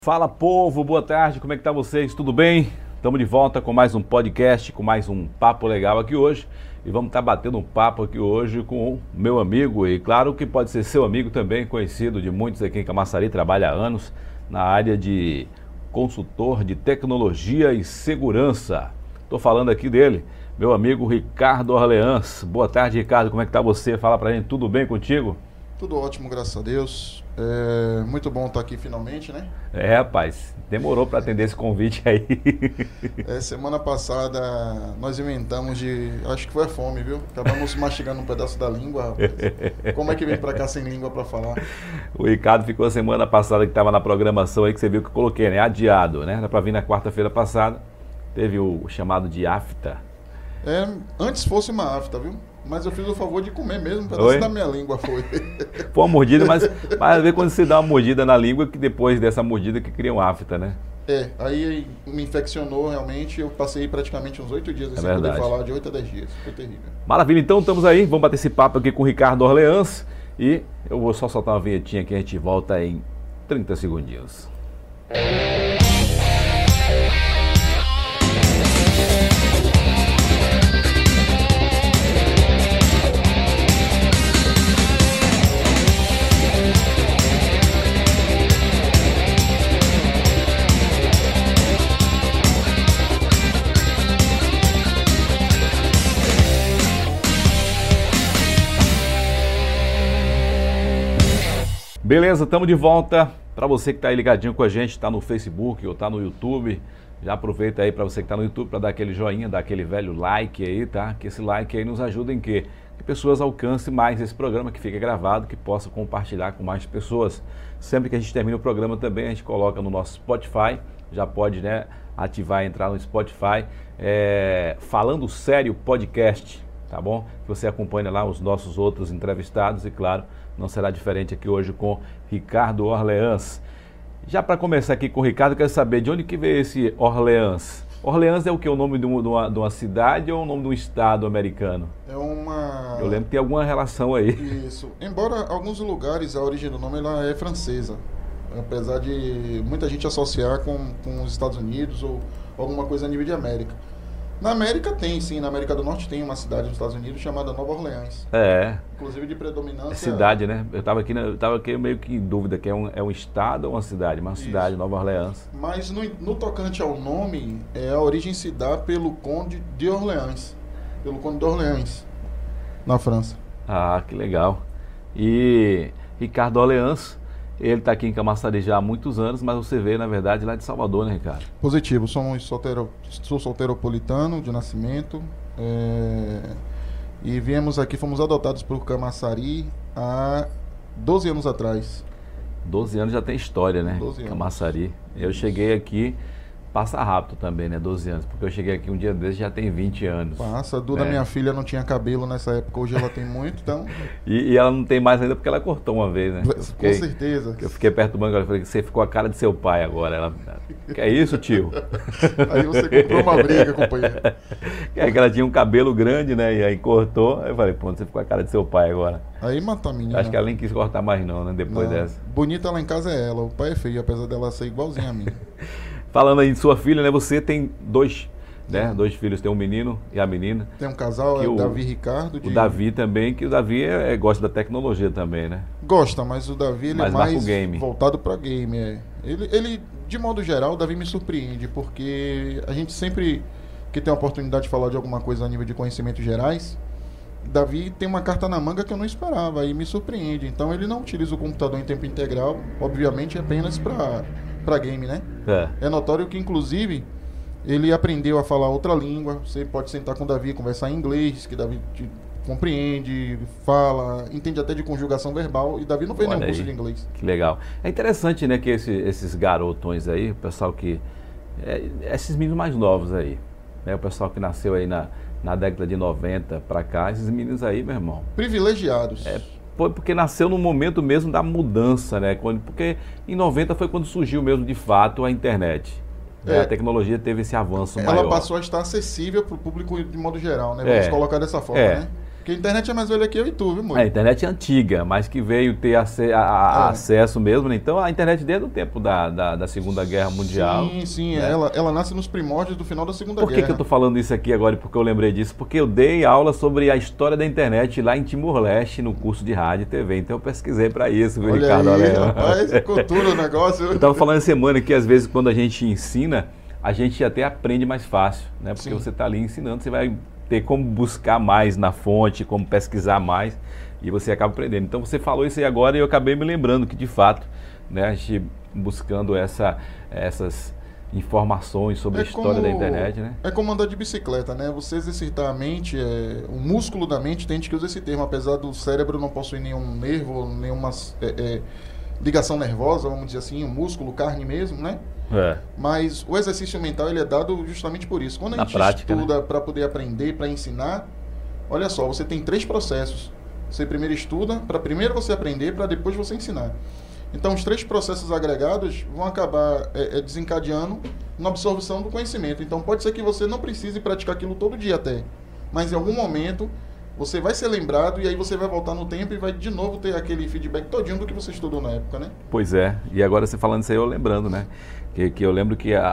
Fala, povo, boa tarde, como é que tá vocês? Tudo bem? Estamos de volta com mais um podcast, com mais um papo legal aqui hoje. E vamos estar batendo um papo aqui hoje com o meu amigo, e claro que pode ser seu amigo também, conhecido de muitos aqui em Camaçari, trabalha há anos na área de consultor de tecnologia e segurança. Estou falando aqui dele, meu amigo Ricardo Orleans. Boa tarde, Ricardo, como é que tá você? Fala pra gente, tudo bem contigo? Tudo ótimo, graças a Deus. Muito bom estar aqui finalmente, né? Rapaz, demorou para atender esse convite aí. Semana passada nós inventamos acho que foi a fome, viu? Acabamos mastigando um pedaço da língua, rapaz. Como é que vem pra cá sem língua pra falar? O Ricardo ficou semana passada que estava na programação aí, que você viu que eu coloquei, né? Adiado, né? Era para vir na quarta-feira passada. Teve o chamado de afta. Antes fosse uma afta, viu? Mas eu fiz o favor de comer mesmo, um pedaço da minha língua foi. Foi uma mordida, mas às vezes quando você dá uma mordida na língua, que depois dessa mordida que cria um afta, né? Aí me infeccionou realmente, eu passei praticamente uns 8 dias sem poder falar, de 8 a 10 dias, foi terrível. Maravilha, então estamos aí, vamos bater esse papo aqui com o Ricardo Orleans e eu vou só soltar uma vinhetinha que a gente volta em 30 segundinhos. Beleza, estamos de volta. Para você que está aí ligadinho com a gente, está no Facebook ou está no YouTube, já aproveita aí para você que está no YouTube para dar aquele joinha, dar aquele velho like aí, tá? Que esse like aí nos ajuda em quê? Que pessoas alcancem mais esse programa, que fica gravado, que possa compartilhar com mais pessoas. Sempre que a gente termina o programa também, a gente coloca no nosso Spotify, já pode, né, ativar e entrar no Spotify, Falando Sério Podcast, tá bom? Que você acompanha lá os nossos outros entrevistados e, claro, não será diferente aqui hoje com Ricardo Orleans. Já para começar aqui com o Ricardo, eu quero saber de onde que veio esse Orleans. Orleans é o que? O nome de uma cidade ou o nome de um estado americano? Eu lembro que tem alguma relação aí. Isso. Embora alguns lugares a origem do nome ela é francesa, apesar de muita gente associar com os Estados Unidos ou alguma coisa a nível de América. Na América tem, sim. Na América do Norte tem uma cidade nos Estados Unidos chamada Nova Orleans. Inclusive de predominância... Cidade, né? Eu estava aqui meio que em dúvida, que é um estado ou uma cidade? Uma cidade, Nova Orleans. Mas no tocante ao nome, a origem se dá pelo Conde de Orleans. Pelo Conde de Orleans, na França. Ah, que legal. E Ricardo Orleans... Ele está aqui em Camaçari já há muitos anos, mas você veio, na verdade, lá de Salvador, né, Ricardo? Positivo. Sou solteiropolitano de nascimento. E viemos aqui, fomos adotados por Camaçari há 12 anos atrás. 12 anos já tem história, né? 12 anos. Camaçari. Eu cheguei aqui, passa rápido também, né? 12 anos, porque eu cheguei aqui um dia desses já tem 20 anos. Passa, a Duda, minha filha, não tinha cabelo nessa época, hoje ela tem muito, então... e ela não tem mais ainda porque ela cortou uma vez, né? Com certeza. Eu fiquei perturbando, eu falei que você ficou a cara de seu pai agora. Ela, que é isso, tio? Aí você comprou uma briga, companheiro. É que ela tinha um cabelo grande, né? E aí cortou, eu falei, pronto, você ficou a cara de seu pai agora. Aí matou a menina. Acho que ela nem quis cortar mais não, né? Depois dessa. Bonita lá em casa é ela, o pai é feio, apesar dela ser igualzinha a mim. Falando aí de sua filha, né? Você tem dois filhos, tem um menino e a menina. Tem um casal, o Davi e Ricardo. O Davi também, que o Davi gosta da tecnologia também, né? Gosta, mas o Davi ele é mais game. Voltado para game. Ele, de modo geral, o Davi me surpreende, porque a gente sempre que tem a oportunidade de falar de alguma coisa a nível de conhecimentos gerais, Davi tem uma carta na manga que eu não esperava e me surpreende. Então ele não utiliza o computador em tempo integral, obviamente apenas para game, né? É notório que, inclusive, ele aprendeu a falar outra língua. Você pode sentar com o Davi e conversar em inglês, que Davi te compreende, fala, entende até de conjugação verbal, e Davi não fez nenhum curso de inglês. Que legal. É interessante, né, que esses garotões aí, o pessoal que... esses meninos mais novos aí, né, o pessoal que nasceu aí na década de 90 para cá, esses meninos aí, meu irmão... Privilegiados. Porque nasceu no momento mesmo da mudança, né? Porque em 90 foi quando surgiu mesmo de fato a internet. A tecnologia teve esse avanço maior. Ela passou a estar acessível para o público de modo geral, né? Vamos colocar dessa forma, né? Porque a internet é mais velha que eu e tu, viu, mano? A internet é antiga, mas que veio ter acesso mesmo, né? Então a internet desde o tempo da Segunda Guerra Mundial. Sim, sim, né? ela nasce nos primórdios do final da Segunda Por que Guerra. que eu tô falando isso aqui agora e porque eu lembrei disso? Porque eu dei aula sobre a história da internet lá em Timor-Leste, no curso de rádio e TV. Então eu pesquisei para isso, viu, Olha Ricardo? aí, rapaz, cultura o negócio. Eu tava falando essa semana que às vezes quando a gente ensina, a gente até aprende mais fácil, né? Porque Sim. você está ali ensinando, você vai ter como buscar mais na fonte, como pesquisar mais e você acaba aprendendo. Então você falou isso aí agora e eu acabei me lembrando que de fato, né, a gente buscando essas informações sobre a história da internet, né? É como andar de bicicleta, né? Você exercitar a mente, o músculo da mente, tem gente que usa esse termo, apesar do cérebro não possuir nenhum nervo, nenhuma ligação nervosa, vamos dizer assim, um músculo, carne mesmo, né? Mas o exercício mental ele é dado justamente por isso. Quando a gente estuda para poder aprender, para ensinar, olha só, você tem 3 processos. Você primeiro estuda, para primeiro você aprender, para depois você ensinar. Então, os 3 processos agregados vão acabar desencadeando na absorção do conhecimento. Então, pode ser que você não precise praticar aquilo todo dia até, mas em algum momento você vai ser lembrado e aí você vai voltar no tempo e vai de novo ter aquele feedback todinho do que você estudou na época, né? Pois é, e agora você falando isso aí, eu lembrando, né? Que eu lembro que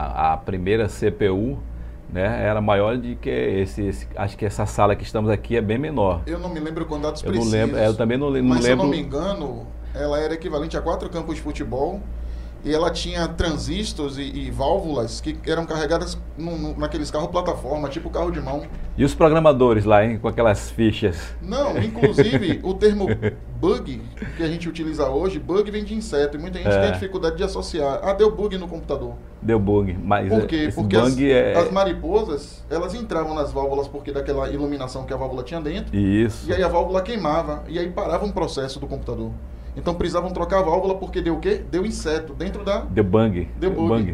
a primeira CPU, né, era maior de que acho que essa sala que estamos aqui é bem menor. Eu não me lembro com dados eu precisos. Não lembro, eu também não lembro. Mas se eu não me engano, ela era equivalente a 4 campos de futebol e ela tinha transistores e válvulas que eram carregadas naqueles carros plataforma, tipo carro de mão. E os programadores lá, hein, com aquelas fichas? Não, inclusive o termo bug que a gente utiliza hoje, bug vem de inseto e muita gente tem dificuldade de associar. Ah, deu bug no computador. Deu bug, mas por quê? Porque bug as mariposas, elas entravam nas válvulas porque daquela iluminação que a válvula tinha dentro. Isso. E aí a válvula queimava e aí parava um processo do computador. Então precisavam trocar a válvula porque deu o quê? Deu inseto dentro da... Deu bug. Deu bug.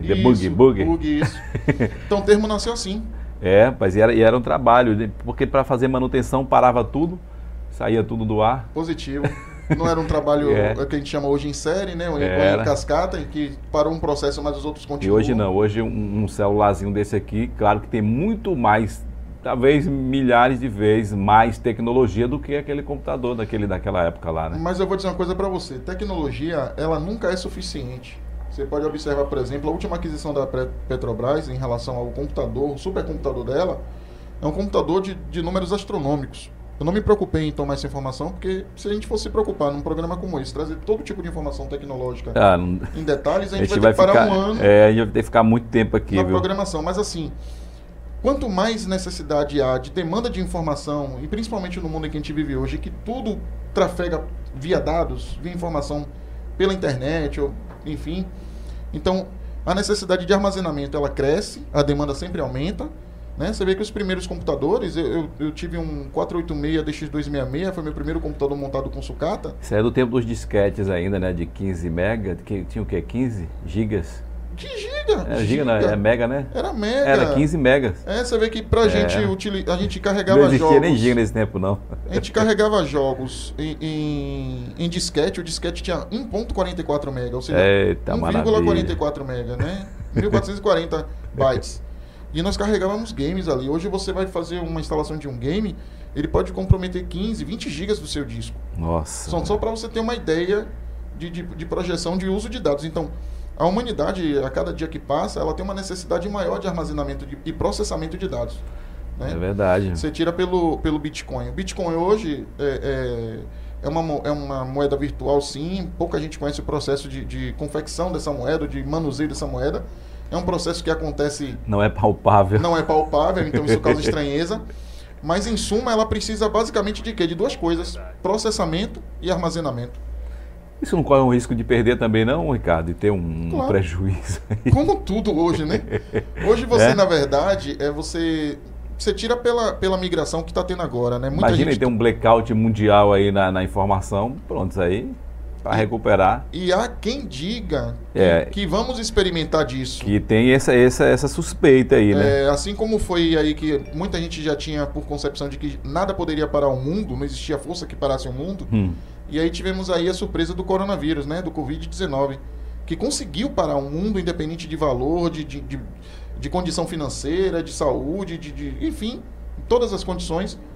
Bug. Isso. Então o termo nasceu assim. Mas era um trabalho, porque para fazer manutenção parava tudo, saía tudo do ar. Positivo. Não era um trabalho que a gente chama hoje em série, né? Ou em cascata, em que parou um processo, mas os outros continuam. E hoje não. Hoje um celularzinho desse aqui, claro que tem muito mais, talvez milhares de vezes mais tecnologia do que aquele computador daquela época lá, né? Mas eu vou dizer uma coisa para você. Tecnologia, ela nunca é suficiente. Você pode observar, por exemplo, a última aquisição da Petrobras em relação ao computador, o supercomputador dela, é um computador de números astronômicos. Eu não me preocupei em tomar essa informação, porque se a gente fosse se preocupar num programa como esse, trazer todo tipo de informação tecnológica em detalhes, a gente vai ter que parar um ano a gente vai ter que ficar muito tempo aqui, na programação. Mas assim, quanto mais necessidade há de demanda de informação, e principalmente no mundo em que a gente vive hoje, que tudo trafega via dados, via informação pela internet, ou enfim, então a necessidade de armazenamento ela cresce, a demanda sempre aumenta, né? Você vê que os primeiros computadores, eu tive um 486 DX266, foi meu primeiro computador montado com sucata. Isso é do tempo dos disquetes ainda, né? De 15 mega, que tinha o quê? 15 gigas? Que giga? Era giga, não, é mega, né? Era mega. Era 15 megas. Você vê que pra gente a gente carregava jogos... Não existia nem giga jogos, nesse tempo, não. A gente carregava jogos em disquete, o disquete tinha 1.44 mega, ou seja, 1,44 mega, né? 1440 bytes. E nós carregávamos games ali. Hoje você vai fazer uma instalação de um game, ele pode comprometer 15, 20 gigas do seu disco. Nossa. Só para você ter uma ideia de projeção de uso de dados. Então, a humanidade, a cada dia que passa, ela tem uma necessidade maior de armazenamento e processamento de dados. Né? É verdade. Você tira pelo Bitcoin. O Bitcoin hoje é uma moeda virtual, sim. Pouca gente conhece o processo de confecção dessa moeda, de manuseio dessa moeda. É um processo que acontece... Não é palpável. Não é palpável, então isso causa estranheza. Mas, em suma, ela precisa basicamente de quê? De 2 coisas. Processamento e armazenamento. Isso não corre um risco de perder também, não, Ricardo? De ter claro. Prejuízo aí. Como tudo hoje, né? Hoje você, na verdade, você tira pela migração que está tendo agora, né? Muita Imagina gente... ter um blackout mundial aí na informação. Pronto, isso aí... Para recuperar. E há quem diga que vamos experimentar disso. Que tem essa suspeita aí, né? Assim como foi aí que muita gente já tinha por concepção de que nada poderia parar o mundo, não existia força que parasse o mundo. E aí tivemos aí a surpresa do coronavírus, né? Do Covid-19, que conseguiu parar o mundo independente de valor, de condição financeira, de saúde, enfim, todas as condições.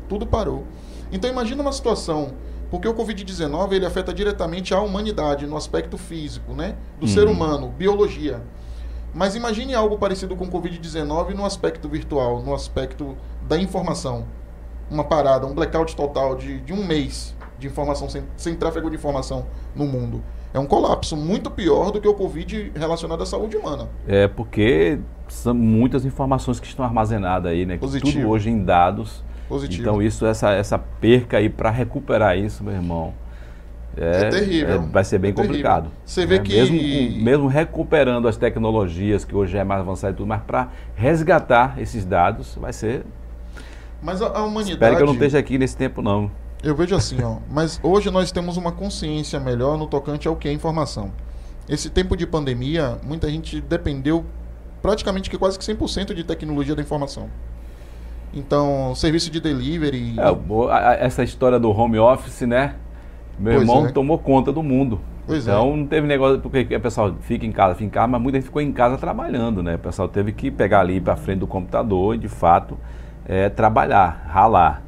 Tudo parou. Então imagina uma situação, porque o Covid-19 ele afeta diretamente a humanidade no aspecto físico, né? Do ser humano, biologia. Mas imagine algo parecido com o Covid-19 no aspecto virtual, no aspecto da informação. Uma parada, um blackout total de um mês de informação, sem tráfego de informação no mundo. É um colapso muito pior do que o Covid relacionado à saúde humana. É porque são muitas informações que estão armazenadas aí, né? Positivo. Tudo hoje em dados. Positivo. Então essa perca aí para recuperar isso, meu irmão, é terrível. Vai ser bem complicado. Você vê que... Mesmo recuperando as tecnologias, que hoje é mais avançado e tudo, mas para resgatar esses dados vai ser... Mas a humanidade... Espero que eu não esteja aqui nesse tempo, não. Eu vejo assim, mas hoje nós temos uma consciência melhor no tocante ao que é informação. Esse tempo de pandemia, muita gente dependeu praticamente que quase que 100% de tecnologia da informação. Então, serviço de delivery... essa história do home office, né? Meu irmão tomou conta do mundo. Então não teve negócio, porque o pessoal fica em casa, mas muita gente ficou em casa trabalhando, né? O pessoal teve que pegar ali para frente do computador e, de fato, trabalhar, ralar.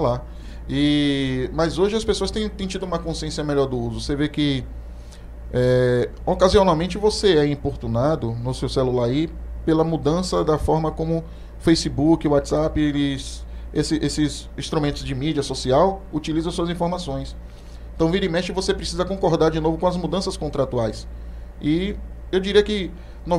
Mas hoje as pessoas têm tido uma consciência melhor do uso. Você vê que ocasionalmente você é importunado no seu celular aí pela mudança da forma como Facebook, WhatsApp, esses instrumentos de mídia social utilizam suas informações. Então, vira e mexe, você precisa concordar de novo com as mudanças contratuais. E eu diria que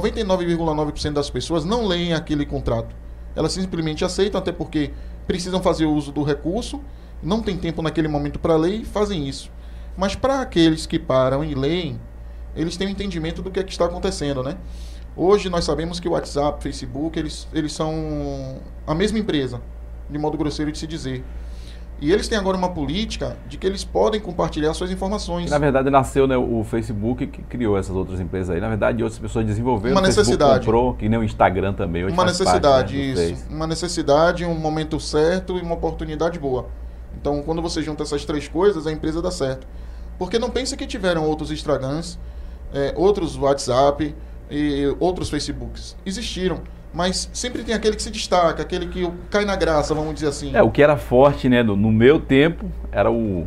99,9% das pessoas não leem aquele contrato. Elas simplesmente aceitam, até porque precisam fazer uso do recurso, não tem tempo naquele momento para ler e fazem isso. Mas para aqueles que param e leem, eles têm um entendimento do que é que está acontecendo, né? Hoje nós sabemos que o WhatsApp, Facebook, eles são a mesma empresa, de modo grosseiro de se dizer. E eles têm agora uma política de que eles podem compartilhar suas informações. Que, na verdade, nasceu, né, o Facebook que criou essas outras empresas aí. Na verdade, outras pessoas desenvolveram, uma necessidade. Comprou, que nem o Instagram também. Hoje uma necessidade, parte, né, isso. Uma necessidade, um momento certo e uma oportunidade boa. Então, quando você junta essas três coisas, a empresa dá certo. Porque não pense que tiveram outros Instagrams, outros WhatsApp e outros Facebooks. Existiram. Mas sempre tem aquele que se destaca, aquele que cai na graça, vamos dizer assim. O que era forte, né, no meu tempo, era o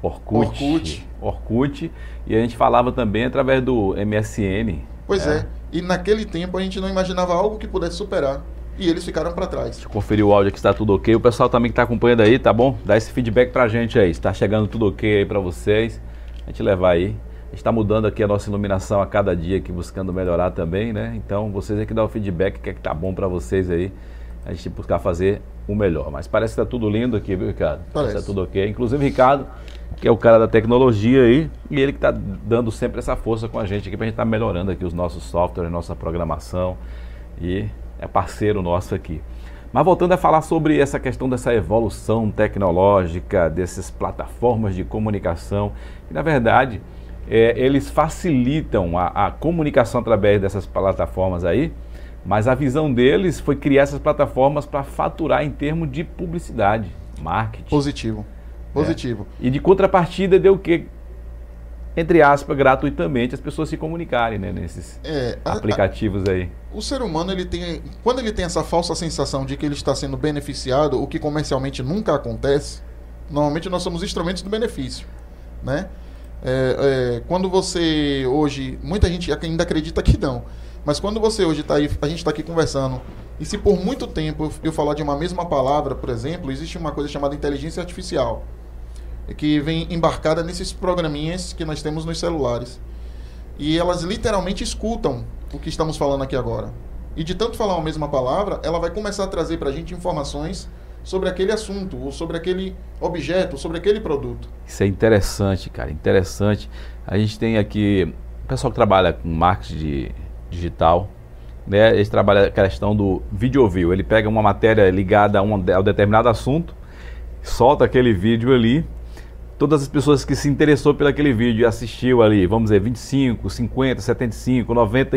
Orkut. E a gente falava também através do MSN. Pois é. E naquele tempo a gente não imaginava algo que pudesse superar. E eles ficaram para trás. Deixa eu conferir o áudio aqui se está tudo ok. O pessoal também que está acompanhando aí, tá bom? Dá esse feedback pra gente aí. Se está chegando tudo ok aí para vocês, a gente levar aí. A gente está mudando aqui a nossa iluminação a cada dia, aqui buscando melhorar também, né? Então, vocês é que dão o feedback, que é que tá bom para vocês aí, a gente buscar fazer o melhor. Mas parece que tá tudo lindo aqui, viu, Ricardo? Parece. Tá tudo ok. Inclusive, Ricardo, que é o cara da tecnologia aí, e ele que tá dando sempre essa força com a gente aqui, pra gente estar melhorando aqui os nossos softwares, nossa programação, e é parceiro nosso aqui. Mas voltando a falar sobre essa questão dessa evolução tecnológica, dessas plataformas de comunicação, que na verdade... eles facilitam a comunicação através dessas plataformas aí, mas a visão deles foi criar essas plataformas para faturar em termos de publicidade, marketing. Positivo. E de contrapartida deu o quê? Entre aspas, gratuitamente as pessoas se comunicarem, né, nesses aplicativos aí. O ser humano, quando ele tem essa falsa sensação de que ele está sendo beneficiado, o que comercialmente nunca acontece, normalmente nós somos instrumentos do benefício, né? Quando você hoje, muita gente ainda acredita que não, mas quando você hoje está aí, a gente está aqui conversando, e se por muito tempo eu falar de uma mesma palavra, por exemplo, existe uma coisa chamada inteligência artificial, que vem embarcada nesses programinhas que nós temos nos celulares, e elas literalmente escutam o que estamos falando aqui agora, e de tanto falar a mesma palavra, ela vai começar a trazer para a gente informações sobre aquele assunto, ou sobre aquele objeto, sobre aquele produto. Isso é interessante, cara, interessante. A gente tem aqui o pessoal que trabalha com marketing digital, né? Eles trabalham a questão do video view. Ele pega uma matéria ligada a um determinado assunto, solta aquele vídeo ali, todas as pessoas que se interessou por aquele vídeo e assistiu ali, vamos dizer, 25%, 50%, 75%,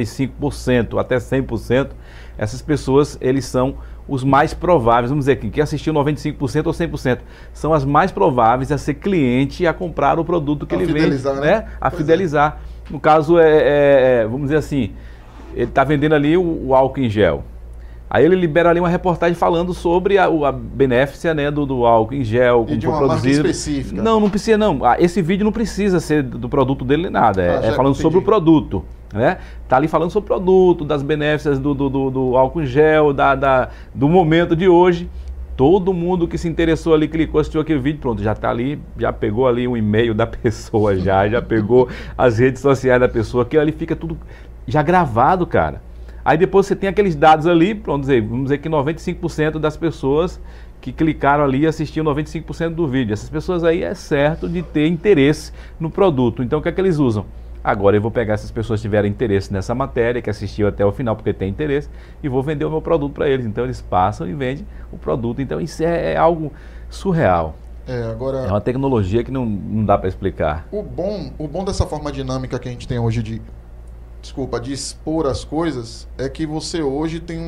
95%, até 100%, essas pessoas, eles são os mais prováveis, vamos dizer aqui, que assistiu 95% ou 100%, são as mais prováveis a ser cliente e a comprar o produto que ele vende, né? A fidelizar. No caso, vamos dizer assim, ele está vendendo ali o álcool em gel. Aí ele libera ali uma reportagem falando sobre a benéficia, né, do álcool em gel, como E de foi uma marca produzido. específica. Não precisa não. Esse vídeo não precisa ser do produto dele nem nada. É falando entendi. sobre o produto. Né? Tá ali falando sobre o produto, das benéficias do álcool em gel, do momento de hoje. Todo mundo que se interessou ali, clicou, assistiu aquele vídeo, pronto, já tá ali, já pegou ali um e-mail da pessoa, já pegou as redes sociais da pessoa, que ali fica tudo já gravado, cara. Aí depois você tem aqueles dados ali, vamos dizer que 95% das pessoas que clicaram ali assistiam 95% do vídeo. Essas pessoas aí é certo de ter interesse no produto. Então o que é que eles usam? Agora eu vou pegar essas pessoas que tiveram interesse nessa matéria, que assistiu até o final porque tem interesse, e vou vender o meu produto para eles. Então eles passam e vendem o produto. Então isso é algo surreal. Agora, é uma tecnologia que não dá para explicar. O bom dessa forma dinâmica que a gente tem hoje de expor as coisas, é que você hoje tem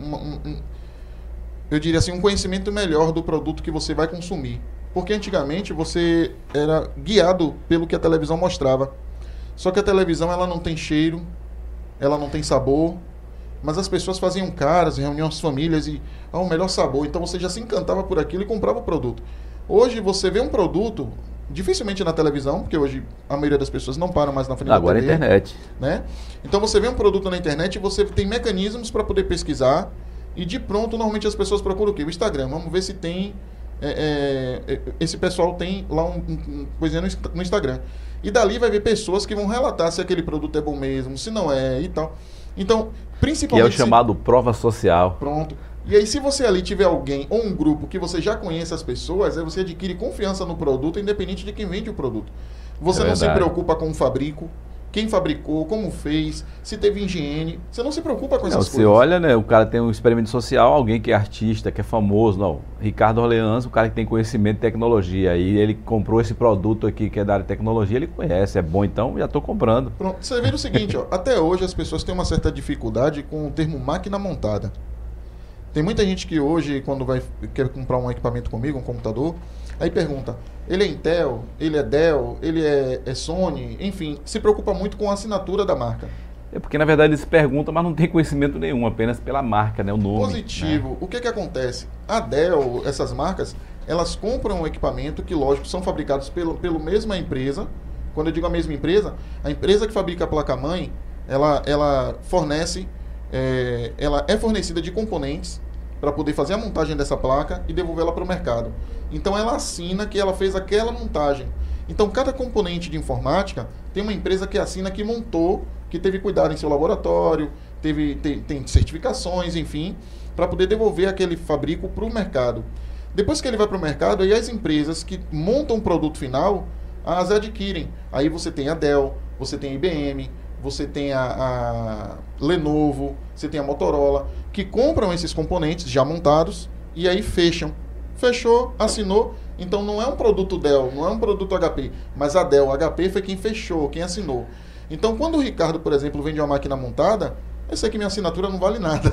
eu diria assim, um conhecimento melhor do produto que você vai consumir. Porque antigamente você era guiado pelo que a televisão mostrava. Só que a televisão, ela não tem cheiro, ela não tem sabor, mas as pessoas faziam caras, reuniam as famílias e o melhor sabor. Então você já se encantava por aquilo e comprava o produto. Hoje você vê um produto, dificilmente na televisão, porque hoje a maioria das pessoas não param mais na frente da TV. Agora é internet. Né? Então você vê um produto na internet e você tem mecanismos para poder pesquisar e de pronto, normalmente as pessoas procuram o quê? O Instagram. Vamos ver se tem... esse pessoal tem lá coisinha no Instagram. E dali vai ver pessoas que vão relatar se aquele produto é bom mesmo, se não é e tal. Então, principalmente... Que é o chamado prova social. Pronto. E aí, se você ali tiver alguém ou um grupo que você já conhece as pessoas, aí você adquire confiança no produto, independente de quem vende o produto. Você não se preocupa com o fabrico, quem fabricou, como fez, se teve higiene. Você não se preocupa com essas coisas. Você olha, né? O cara tem um experimento social, alguém que é artista, que é famoso. Não, Ricardo Orleans, o cara que tem conhecimento de tecnologia. Aí ele comprou esse produto aqui que é da área de tecnologia, ele conhece, é bom, então já estou comprando. Pronto, você vê o seguinte, até hoje as pessoas têm uma certa dificuldade com o termo máquina montada. Tem muita gente que hoje, quando quer comprar um equipamento comigo, um computador, aí pergunta, ele é Intel, ele é Dell, ele é Sony, enfim, se preocupa muito com a assinatura da marca. É porque, na verdade, eles perguntam, mas não tem conhecimento nenhum, apenas pela marca, né, o nome. Positivo. Né? O que acontece? A Dell, essas marcas, elas compram um equipamento que, lógico, são fabricados pela mesma empresa. Quando eu digo a mesma empresa, a empresa que fabrica a placa-mãe, ela fornece, ela é fornecida de componentes para poder fazer a montagem dessa placa e devolvê-la para o mercado. Então ela assina que ela fez aquela montagem. Então cada componente de informática tem uma empresa que assina que montou, que teve cuidado em seu laboratório, tem certificações, enfim, para poder devolver aquele fabrico para o mercado. Depois que ele vai para o mercado, aí as empresas que montam o produto final, as adquirem. Aí você tem a Dell, você tem a IBM, você tem a Lenovo, você tem a Motorola, que compram esses componentes já montados e aí fecham. Fechou, assinou, então não é um produto Dell, não é um produto HP, mas a Dell, HP foi quem fechou, quem assinou. Então quando o Ricardo, por exemplo, vende uma máquina montada, eu sei que minha assinatura não vale nada.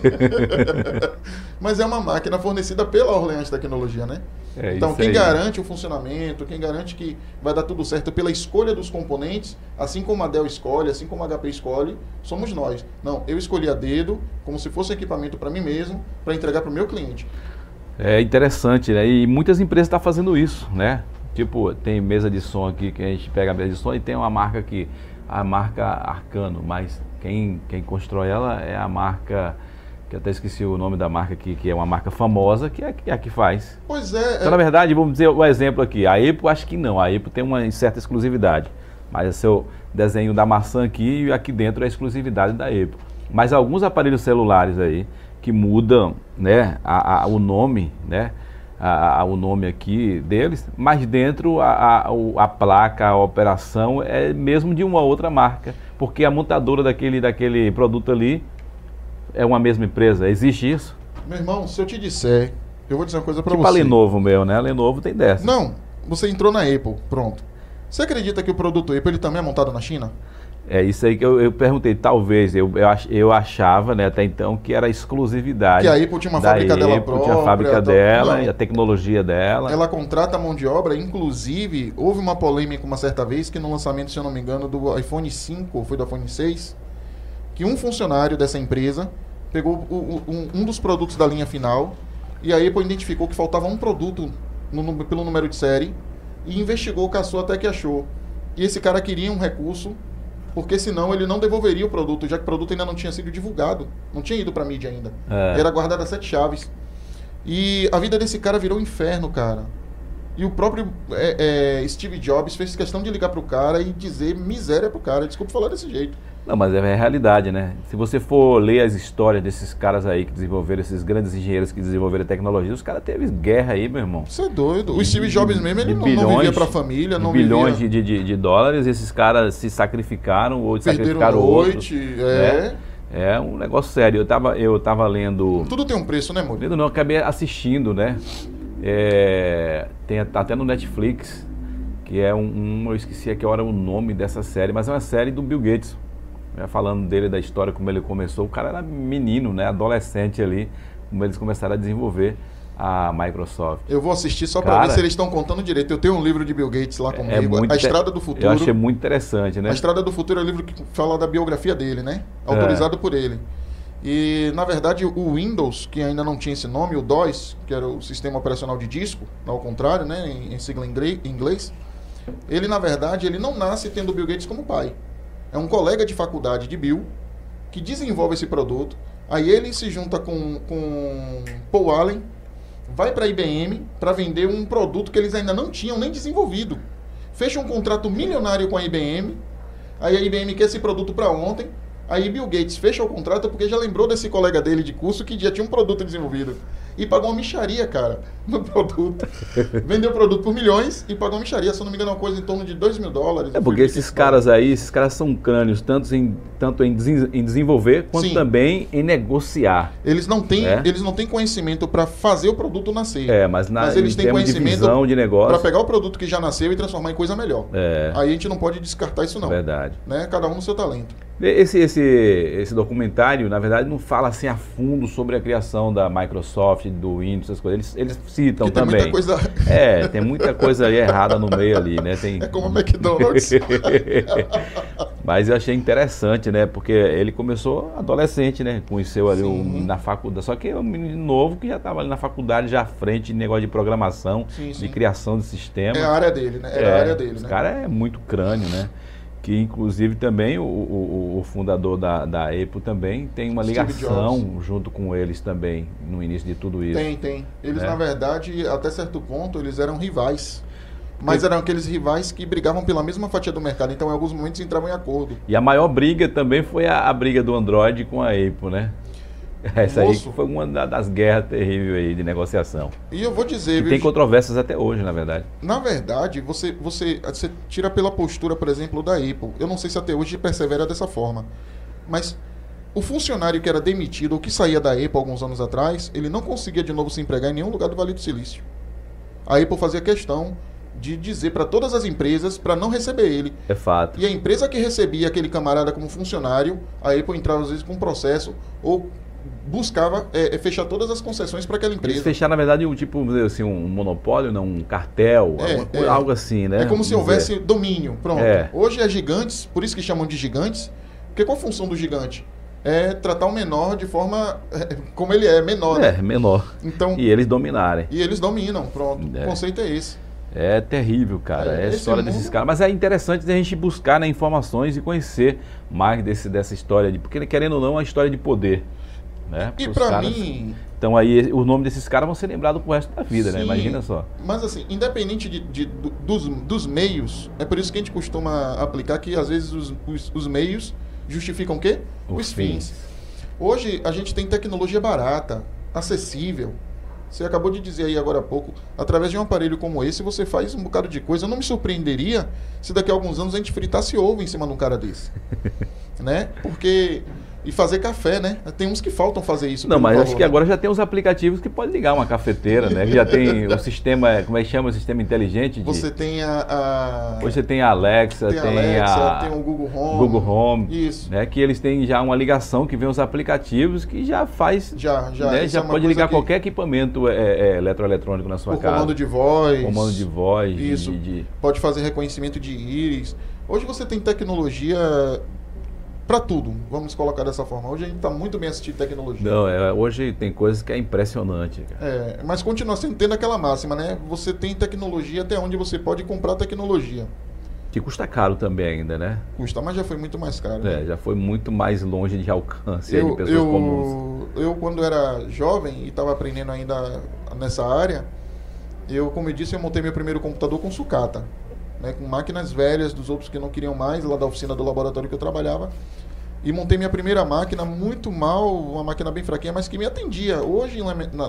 Mas é uma máquina fornecida pela Orleans Tecnologia, né? Então quem garante o funcionamento, quem garante que vai dar tudo certo pela escolha dos componentes, assim como a Dell escolhe, assim como a HP escolhe, somos nós. Não, eu escolhi a dedo, como se fosse um equipamento para mim mesmo, para entregar para o meu cliente. É interessante, né? E muitas empresas estão fazendo isso, né? Tipo, tem mesa de som aqui, que a gente pega a mesa de som e tem uma marca aqui, a marca Arcano, mas quem constrói ela é a marca, que eu até esqueci o nome da marca aqui, que é uma marca famosa, que é a que faz. Pois é. Então, na verdade, vamos dizer o exemplo aqui, a Apple acho que não, a Apple tem uma certa exclusividade, mas é seu desenho da maçã aqui e aqui dentro é a exclusividade da Apple. Mas alguns aparelhos celulares aí, que mudam, né, o nome, né, o nome aqui deles, mas dentro a placa, a operação é mesmo de uma outra marca, porque a montadora daquele produto ali é uma mesma empresa. Existe isso? Meu irmão, se eu te disser, eu vou dizer uma coisa pra você. Tipo a Lenovo meu, né? A Lenovo tem dessa. Não, você entrou na Apple, pronto. Você acredita que o produto Apple ele também é montado na China? É isso aí que eu perguntei, talvez, eu achava, né, até então, que era exclusividade. Que a Apple tinha uma fábrica dela própria. Tinha a fábrica dela e a tecnologia dela. Ela contrata a mão de obra, inclusive, houve uma polêmica uma certa vez, que no lançamento, se eu não me engano, do iPhone 5, ou foi do iPhone 6, que um funcionário dessa empresa pegou um dos produtos da linha final, e a Apple identificou que faltava um produto pelo número de série, e investigou, caçou até que achou. E esse cara queria um recurso, porque senão ele não devolveria o produto, já que o produto ainda não tinha sido divulgado, não tinha ido para mídia ainda. Era guardado a 7 chaves. E a vida desse cara virou um inferno, cara. E o próprio Steve Jobs fez questão de ligar pro cara e dizer miséria pro cara. Desculpa falar desse jeito. Não, mas é a realidade, né? Se você for ler as histórias desses caras aí que desenvolveram, esses grandes engenheiros que desenvolveram a tecnologia, os caras teve guerra aí, meu irmão. Você é doido. O Steve Jobs mesmo, ele não vivia pra família, não vivia... bilhões de dólares, esses caras se sacrificaram ou sacrificaram outros. É um negócio sério. Eu tava lendo... Tudo tem um preço, né, amor? Lendo não, acabei assistindo, né? Tá até no Netflix, que é eu esqueci aqui agora o nome dessa série, mas é uma série do Bill Gates. Falando dele, da história, como ele começou. O cara era menino, né? Adolescente ali, como eles começaram a desenvolver a Microsoft. Eu vou assistir só para ver se eles estão contando direito. Eu tenho um livro de Bill Gates lá comigo, A Estrada do Futuro. Eu achei muito interessante, né? A Estrada do Futuro é o livro que fala da biografia dele, né? Autorizado por ele. E, na verdade, o Windows, que ainda não tinha esse nome, o DOS, que era o sistema operacional de disco, ao contrário, né? Em sigla em inglês, ele, na verdade, ele não nasce tendo o Bill Gates como pai. É um colega de faculdade de Bill que desenvolve esse produto. Aí ele se junta com Paul Allen, vai para a IBM para vender um produto que eles ainda não tinham nem desenvolvido. Fecha um contrato milionário com a IBM. Aí a IBM quer esse produto para ontem. Aí Bill Gates fecha o contrato porque já lembrou desse colega dele de curso que já tinha um produto desenvolvido. E pagou uma mixaria, cara, no produto. Vendeu o produto por milhões e pagou uma mixaria. Se eu não me engano, uma coisa em torno de $2.000. Porque esses caras são crânios, tanto em desenvolver, quanto também em negociar. Eles não têm conhecimento para fazer o produto nascer. Mas eles têm conhecimento de negócio para pegar o produto que já nasceu e transformar em coisa melhor. Aí a gente não pode descartar isso não. Verdade. Né? Cada um no seu talento. Esse documentário, na verdade, não fala assim a fundo sobre a criação da Microsoft, do Windows, essas coisas. Eles citam também. Tem muita coisa... tem muita coisa ali errada no meio ali, né? É como o McDonald's. Mas eu achei interessante, né? Porque ele começou adolescente, né? Conheceu ali na faculdade. Só que é um menino novo que já estava ali na faculdade, já à frente de negócio de programação, de criação de sistema. É a área dele, né? Era a área dele, né? O cara é muito crânio, né? Que inclusive também o fundador da Apple também tem uma ligação junto com eles também no início de tudo isso. Tem. Eles, na verdade, até certo ponto, eles eram rivais. Mas eram aqueles rivais que brigavam pela mesma fatia do mercado. Então, em alguns momentos, entravam em acordo. E a maior briga também foi a briga do Android com a Apple, né? Essa aí foi uma das guerras terríveis aí de negociação. E eu vou dizer... tem controvérsias até hoje, na verdade. Na verdade, você tira pela postura, por exemplo, da Apple. Eu não sei se até hoje persevera dessa forma. Mas o funcionário que era demitido ou que saía da Apple alguns anos atrás, ele não conseguia de novo se empregar em nenhum lugar do Vale do Silício. A Apple fazia questão de dizer para todas as empresas para não receber ele. É fato. E a empresa que recebia aquele camarada como funcionário, a Apple entrava às vezes com um processo ou buscava fechar todas as concessões para aquela empresa. Eles fechar, na verdade, assim, um monopólio, não, um cartel, algo assim, né? É como se houvesse domínio. Pronto. Hoje é gigantes, por isso que chamam de gigantes, porque qual a função do gigante? É tratar o menor de forma como ele é, menor. Né? Menor. Então, e eles dominarem. E eles dominam, pronto. O conceito é esse. É terrível, cara. É a história desses caras. Mas é interessante a gente buscar, né, informações e conhecer mais dessa história. Porque, querendo ou não, é uma história de poder. Né? E pra mim... Então aí o nome desses caras vão ser lembrados pro resto da vida, né? Imagina só. Mas assim, independente dos meios, é por isso que a gente costuma aplicar que às vezes os meios justificam o quê? Os fins. Hoje a gente tem tecnologia barata, acessível. Você acabou de dizer aí agora há pouco, através de um aparelho como esse, você faz um bocado de coisa. Eu não me surpreenderia se daqui a alguns anos a gente fritasse ovo em cima de um cara desse. Né? Porque... E fazer café, né? Tem uns que faltam fazer isso. Não, mas acho que agora já tem os aplicativos que pode ligar uma cafeteira, né? Já tem o sistema, como é que chama? O sistema inteligente. Você tem Hoje você tem a Alexa, tem o Google Home. Google Home. Isso. Né? Que eles têm já uma ligação que vem os aplicativos que já faz... Já pode ligar qualquer equipamento eletroeletrônico na sua casa. Comando de voz. Comando de voz. Isso. Pode fazer reconhecimento de íris. Hoje você tem tecnologia... para tudo, vamos colocar dessa forma. Hoje a gente está muito bem assistido tecnologia. Não, hoje tem coisas que é impressionante, cara. Mas continua sendo tendo aquela máxima, né? Você tem tecnologia até onde você pode comprar tecnologia. Que custa caro também ainda, né? Custa, mas já foi muito mais caro. Né? Já foi muito mais longe de alcance de pessoas comuns. Eu, quando era jovem e estava aprendendo ainda nessa área, como eu disse, eu montei meu primeiro computador com sucata. Né, com máquinas velhas dos outros que não queriam mais, lá da oficina do laboratório que eu trabalhava, e montei minha primeira máquina muito mal, uma máquina bem fraquinha, mas que me atendia. Hoje,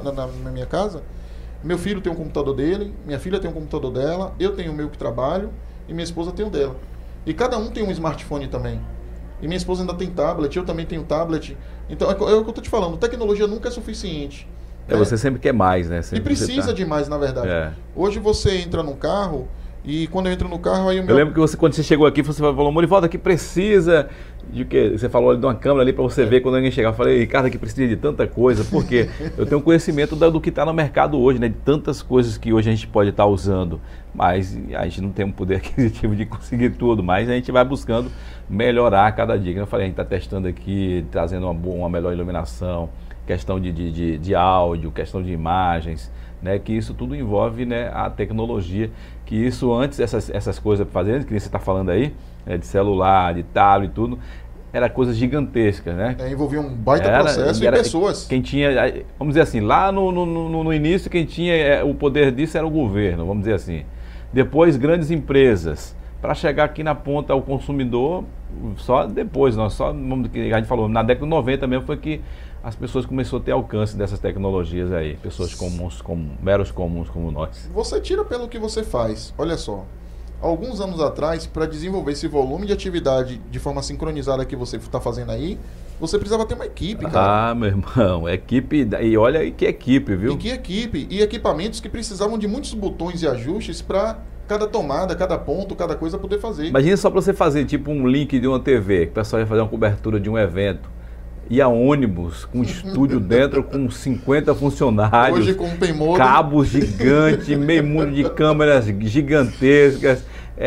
na minha casa, meu filho tem um computador dele, minha filha tem um computador dela, eu tenho o meu que trabalho, e minha esposa tem o dela. E cada um tem um smartphone também. E minha esposa ainda tem tablet, eu também tenho tablet. Então, é o que eu estou te falando, tecnologia nunca é suficiente. Você sempre quer mais, né? Sempre e precisa de mais, na verdade. Hoje você entra num carro, e quando eu entro no carro, aí o meu... Eu lembro que quando você chegou aqui, você falou, Morivaldo, aqui precisa de o quê? Você falou ali de uma câmera ali para você ver quando alguém chegar. Eu falei, Ricardo, aqui precisa de tanta coisa, porque eu tenho conhecimento do que está no mercado hoje, né? De tantas coisas que hoje a gente pode estar usando, mas a gente não tem um poder aquisitivo de conseguir tudo, mas a gente vai buscando melhorar cada dia. Como eu falei, a gente está testando aqui, trazendo uma melhor iluminação, questão de áudio, questão de imagens, né, que isso tudo envolve, né, a tecnologia, que isso antes, essas coisas para fazer, que você está falando aí, de celular, de tablet e tudo, era coisas gigantescas, né? Envolvia um baita processo e pessoas. Quem tinha, vamos dizer assim, lá no início quem tinha o poder disso era o governo, vamos dizer assim. Depois grandes empresas, para chegar aqui na ponta ao consumidor, só depois, a gente falou, na década de 90 mesmo foi que as pessoas começaram a ter alcance dessas tecnologias aí, pessoas comuns, meros comuns como nós. Você tira pelo que você faz, olha só. Alguns anos atrás, para desenvolver esse volume de atividade de forma sincronizada que você está fazendo aí, você precisava ter uma equipe, cara. Ah, meu irmão, equipe, e olha aí que equipe, viu? E que equipe, e equipamentos que precisavam de muitos botões e ajustes para cada tomada, cada ponto, cada coisa poder fazer. Imagina só para você fazer tipo um link de uma TV, que o pessoal ia fazer uma cobertura de um evento. Ia ônibus com estúdio dentro com 50 funcionários. Hoje com um cabos gigantes, meio mundo de câmeras gigantescas,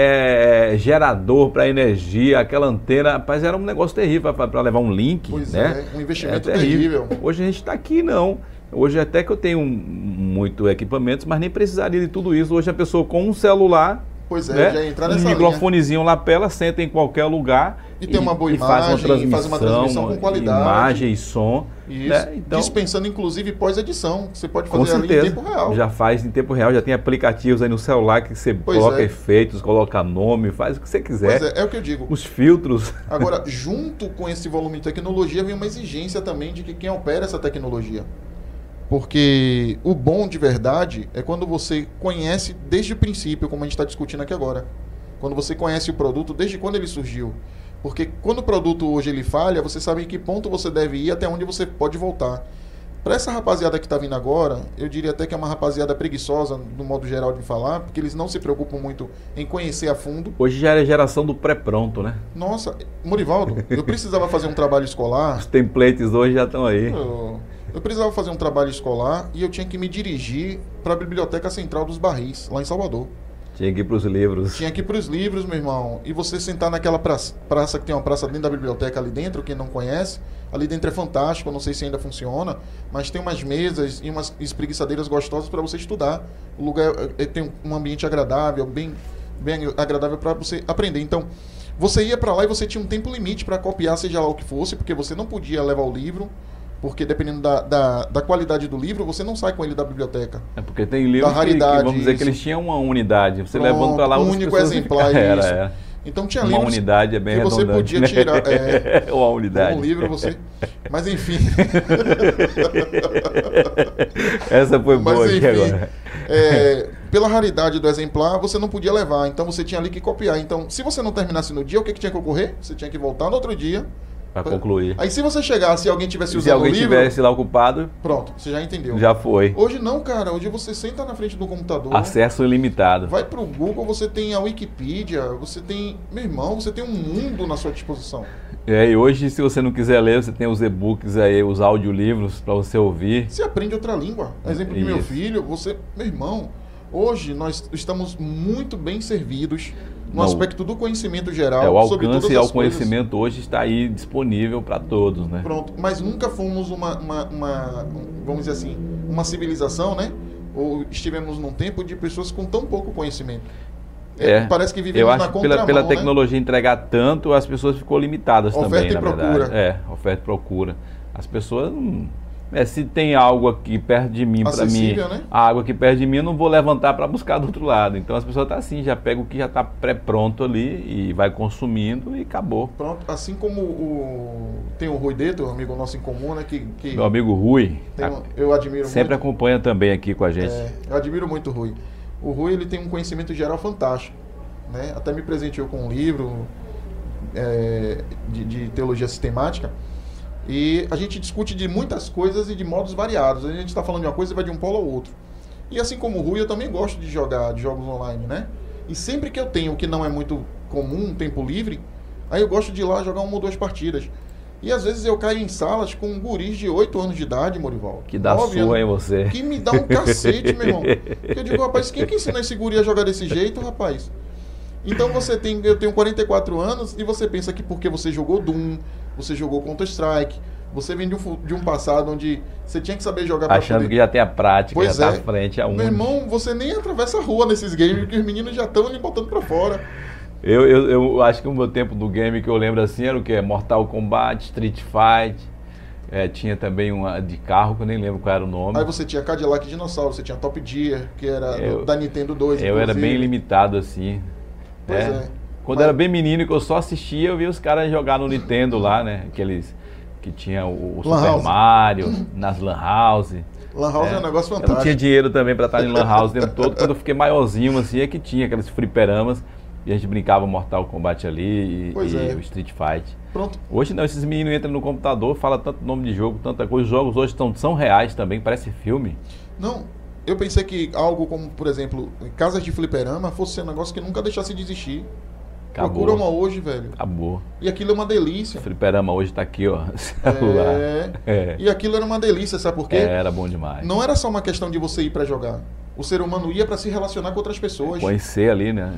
gerador para energia, aquela antena. Rapaz, era um negócio terrível para levar um link. Pois né? Um investimento terrível. Hoje a gente está aqui, não. Hoje até que eu tenho muito equipamentos, mas nem precisaria de tudo isso. Hoje a pessoa com um celular, né? Já entrar nessa um microfonezinho lapela, senta em qualquer lugar e tem uma boa imagem, faz uma transmissão com qualidade. Imagem e som. Isso. Né? Então, dispensando inclusive pós-edição, que você pode fazer ali em tempo real. Já faz em tempo real, já tem aplicativos aí no celular que você coloca efeitos, coloca nome, faz o que você quiser. Pois é o que eu digo. Os filtros. Agora, junto com esse volume de tecnologia, vem uma exigência também de que quem opera essa tecnologia. Porque o bom de verdade é quando você conhece desde o princípio, como a gente está discutindo aqui agora. Quando você conhece o produto desde quando ele surgiu. Porque quando o produto hoje ele falha, você sabe em que ponto você deve ir, até onde você pode voltar. Para essa rapaziada que está vindo agora, eu diria até que é uma rapaziada preguiçosa, no modo geral de falar, porque eles não se preocupam muito em conhecer a fundo. Hoje já é a geração do pré-pronto, né? Nossa, Morivaldo, eu precisava fazer um trabalho escolar. Os templates hoje já estão aí. Eu precisava fazer um trabalho escolar e eu tinha que me dirigir para a Biblioteca Central dos Barris, lá em Salvador. Tinha que ir para os livros. Tinha que ir para os livros, meu irmão. E você sentar naquela praça que tem uma praça dentro da biblioteca ali dentro, quem não conhece, ali dentro é fantástico, eu não sei se ainda funciona, mas tem umas mesas e umas espreguiçadeiras gostosas para você estudar. O lugar tem um ambiente agradável, bem agradável para você aprender. Então, você ia para lá e você tinha um tempo limite para copiar, seja lá o que fosse, porque você não podia levar o livro. Porque dependendo da qualidade do livro, você não sai com ele da biblioteca. É porque tem livros que vamos dizer que eles tinham uma unidade. Você levando para lá um único exemplar. Era. Então tinha uma livros unidade é bem que você podia tirar. Uma unidade. Um livro você. Mas enfim. Essa foi boa aqui agora. Pela raridade do exemplar, você não podia levar. Então você tinha ali que copiar. Então, se você não terminasse no dia, o que tinha que ocorrer? Você tinha que voltar no outro dia. Para concluir. Aí se você chegasse e alguém tivesse usando o livro... Se alguém tivesse lá ocupado... Pronto, você já entendeu. Já foi. Hoje não, cara. Hoje você senta na frente do computador... Acesso ilimitado. Vai pro Google, você tem a Wikipedia, você tem... Meu irmão, você tem um mundo na sua disposição. E hoje, se você não quiser ler, você tem os e-books aí, os audiolivros para você ouvir. Você aprende outra língua. Exemplo de meu filho, você... Meu irmão... Hoje nós estamos muito bem servidos no Não, aspecto do conhecimento geral. o sobre todas alcance ao as coisas. conhecimento hoje está aí disponível para todos, né? Pronto, mas nunca fomos vamos dizer assim, uma civilização, né? Ou estivemos num tempo de pessoas com tão pouco conhecimento. Parece que vivemos eu acho na que contramão, pela né? tecnologia entregar tanto, as pessoas ficou limitadas Oferta também, e na procura. verdade. Oferta e procura. As pessoas não... se tem algo aqui perto de mim, para mim, Acessível, né? a água aqui perto de mim, eu não vou levantar para buscar do outro lado. Então as pessoas estão assim, já pega o que já está pré-pronto ali e vai consumindo e acabou. Pronto, assim como tem o Rui Deto, um amigo nosso em comum, né? Que Meu amigo Rui, eu admiro sempre muito. acompanha também aqui com a gente. Eu admiro muito o Rui. O Rui, ele tem um conhecimento geral fantástico, né? Até me presenteou com um livro de teologia sistemática. E a gente discute de muitas coisas e de modos variados. A gente está falando de uma coisa e vai de um polo ao outro. E assim como o Rui, eu também gosto de jogar de jogos online, né? E sempre que eu tenho, o que não é muito comum, tempo livre, aí eu gosto de ir lá jogar uma ou duas partidas. E às vezes eu caio em salas com guris de 8 anos de idade, Morival. Que dá sua em você. Que me dá um cacete, meu irmão. Eu digo, rapaz, quem que ensina esse guri a jogar desse jeito, rapaz? Então eu tenho 44 anos e você pensa que porque você jogou Doom, você jogou Counter-Strike, você vem de um passado onde você tinha que saber jogar pra achando poder... que já tem a prática, Pois já tá à frente Meu irmão, você nem atravessa a rua nesses games, porque os meninos já estão lhe botando pra fora. Eu acho que o meu tempo do game que eu lembro assim era o que? Mortal Kombat, Street Fight, tinha também uma de carro que eu nem lembro qual era o nome. Aí você tinha Cadillac Dinossauro, você tinha Top Gear, que era da Nintendo 2. Eu era bem limitado assim. Pois é. Quando era bem menino que eu só assistia, eu via os caras jogar no Nintendo lá, né? Aqueles que tinha o Super House. Mario, nas Lan House. Lan House é um negócio Eu fantástico. não tinha dinheiro também para estar em Lan House o tempo todo. Quando eu fiquei maiorzinho assim, é que tinha aqueles fliperamas e a gente brincava Mortal Kombat ali e o Street Fight. Pronto. Hoje não, esses meninos entram no computador, falam tanto nome de jogo, tanta coisa. Os jogos hoje são reais também, parece filme. Não, eu pensei que algo como, por exemplo, casas de fliperama fosse um negócio que nunca deixasse de existir. Acabou. Procura uma hoje, velho. Acabou. E aquilo é uma delícia. O fliperama hoje tá aqui, ó, celular. E aquilo era uma delícia, sabe por quê? Era bom demais. Não era só uma questão de você ir pra jogar. O ser humano ia pra se relacionar com outras pessoas. Conhecer ali, né?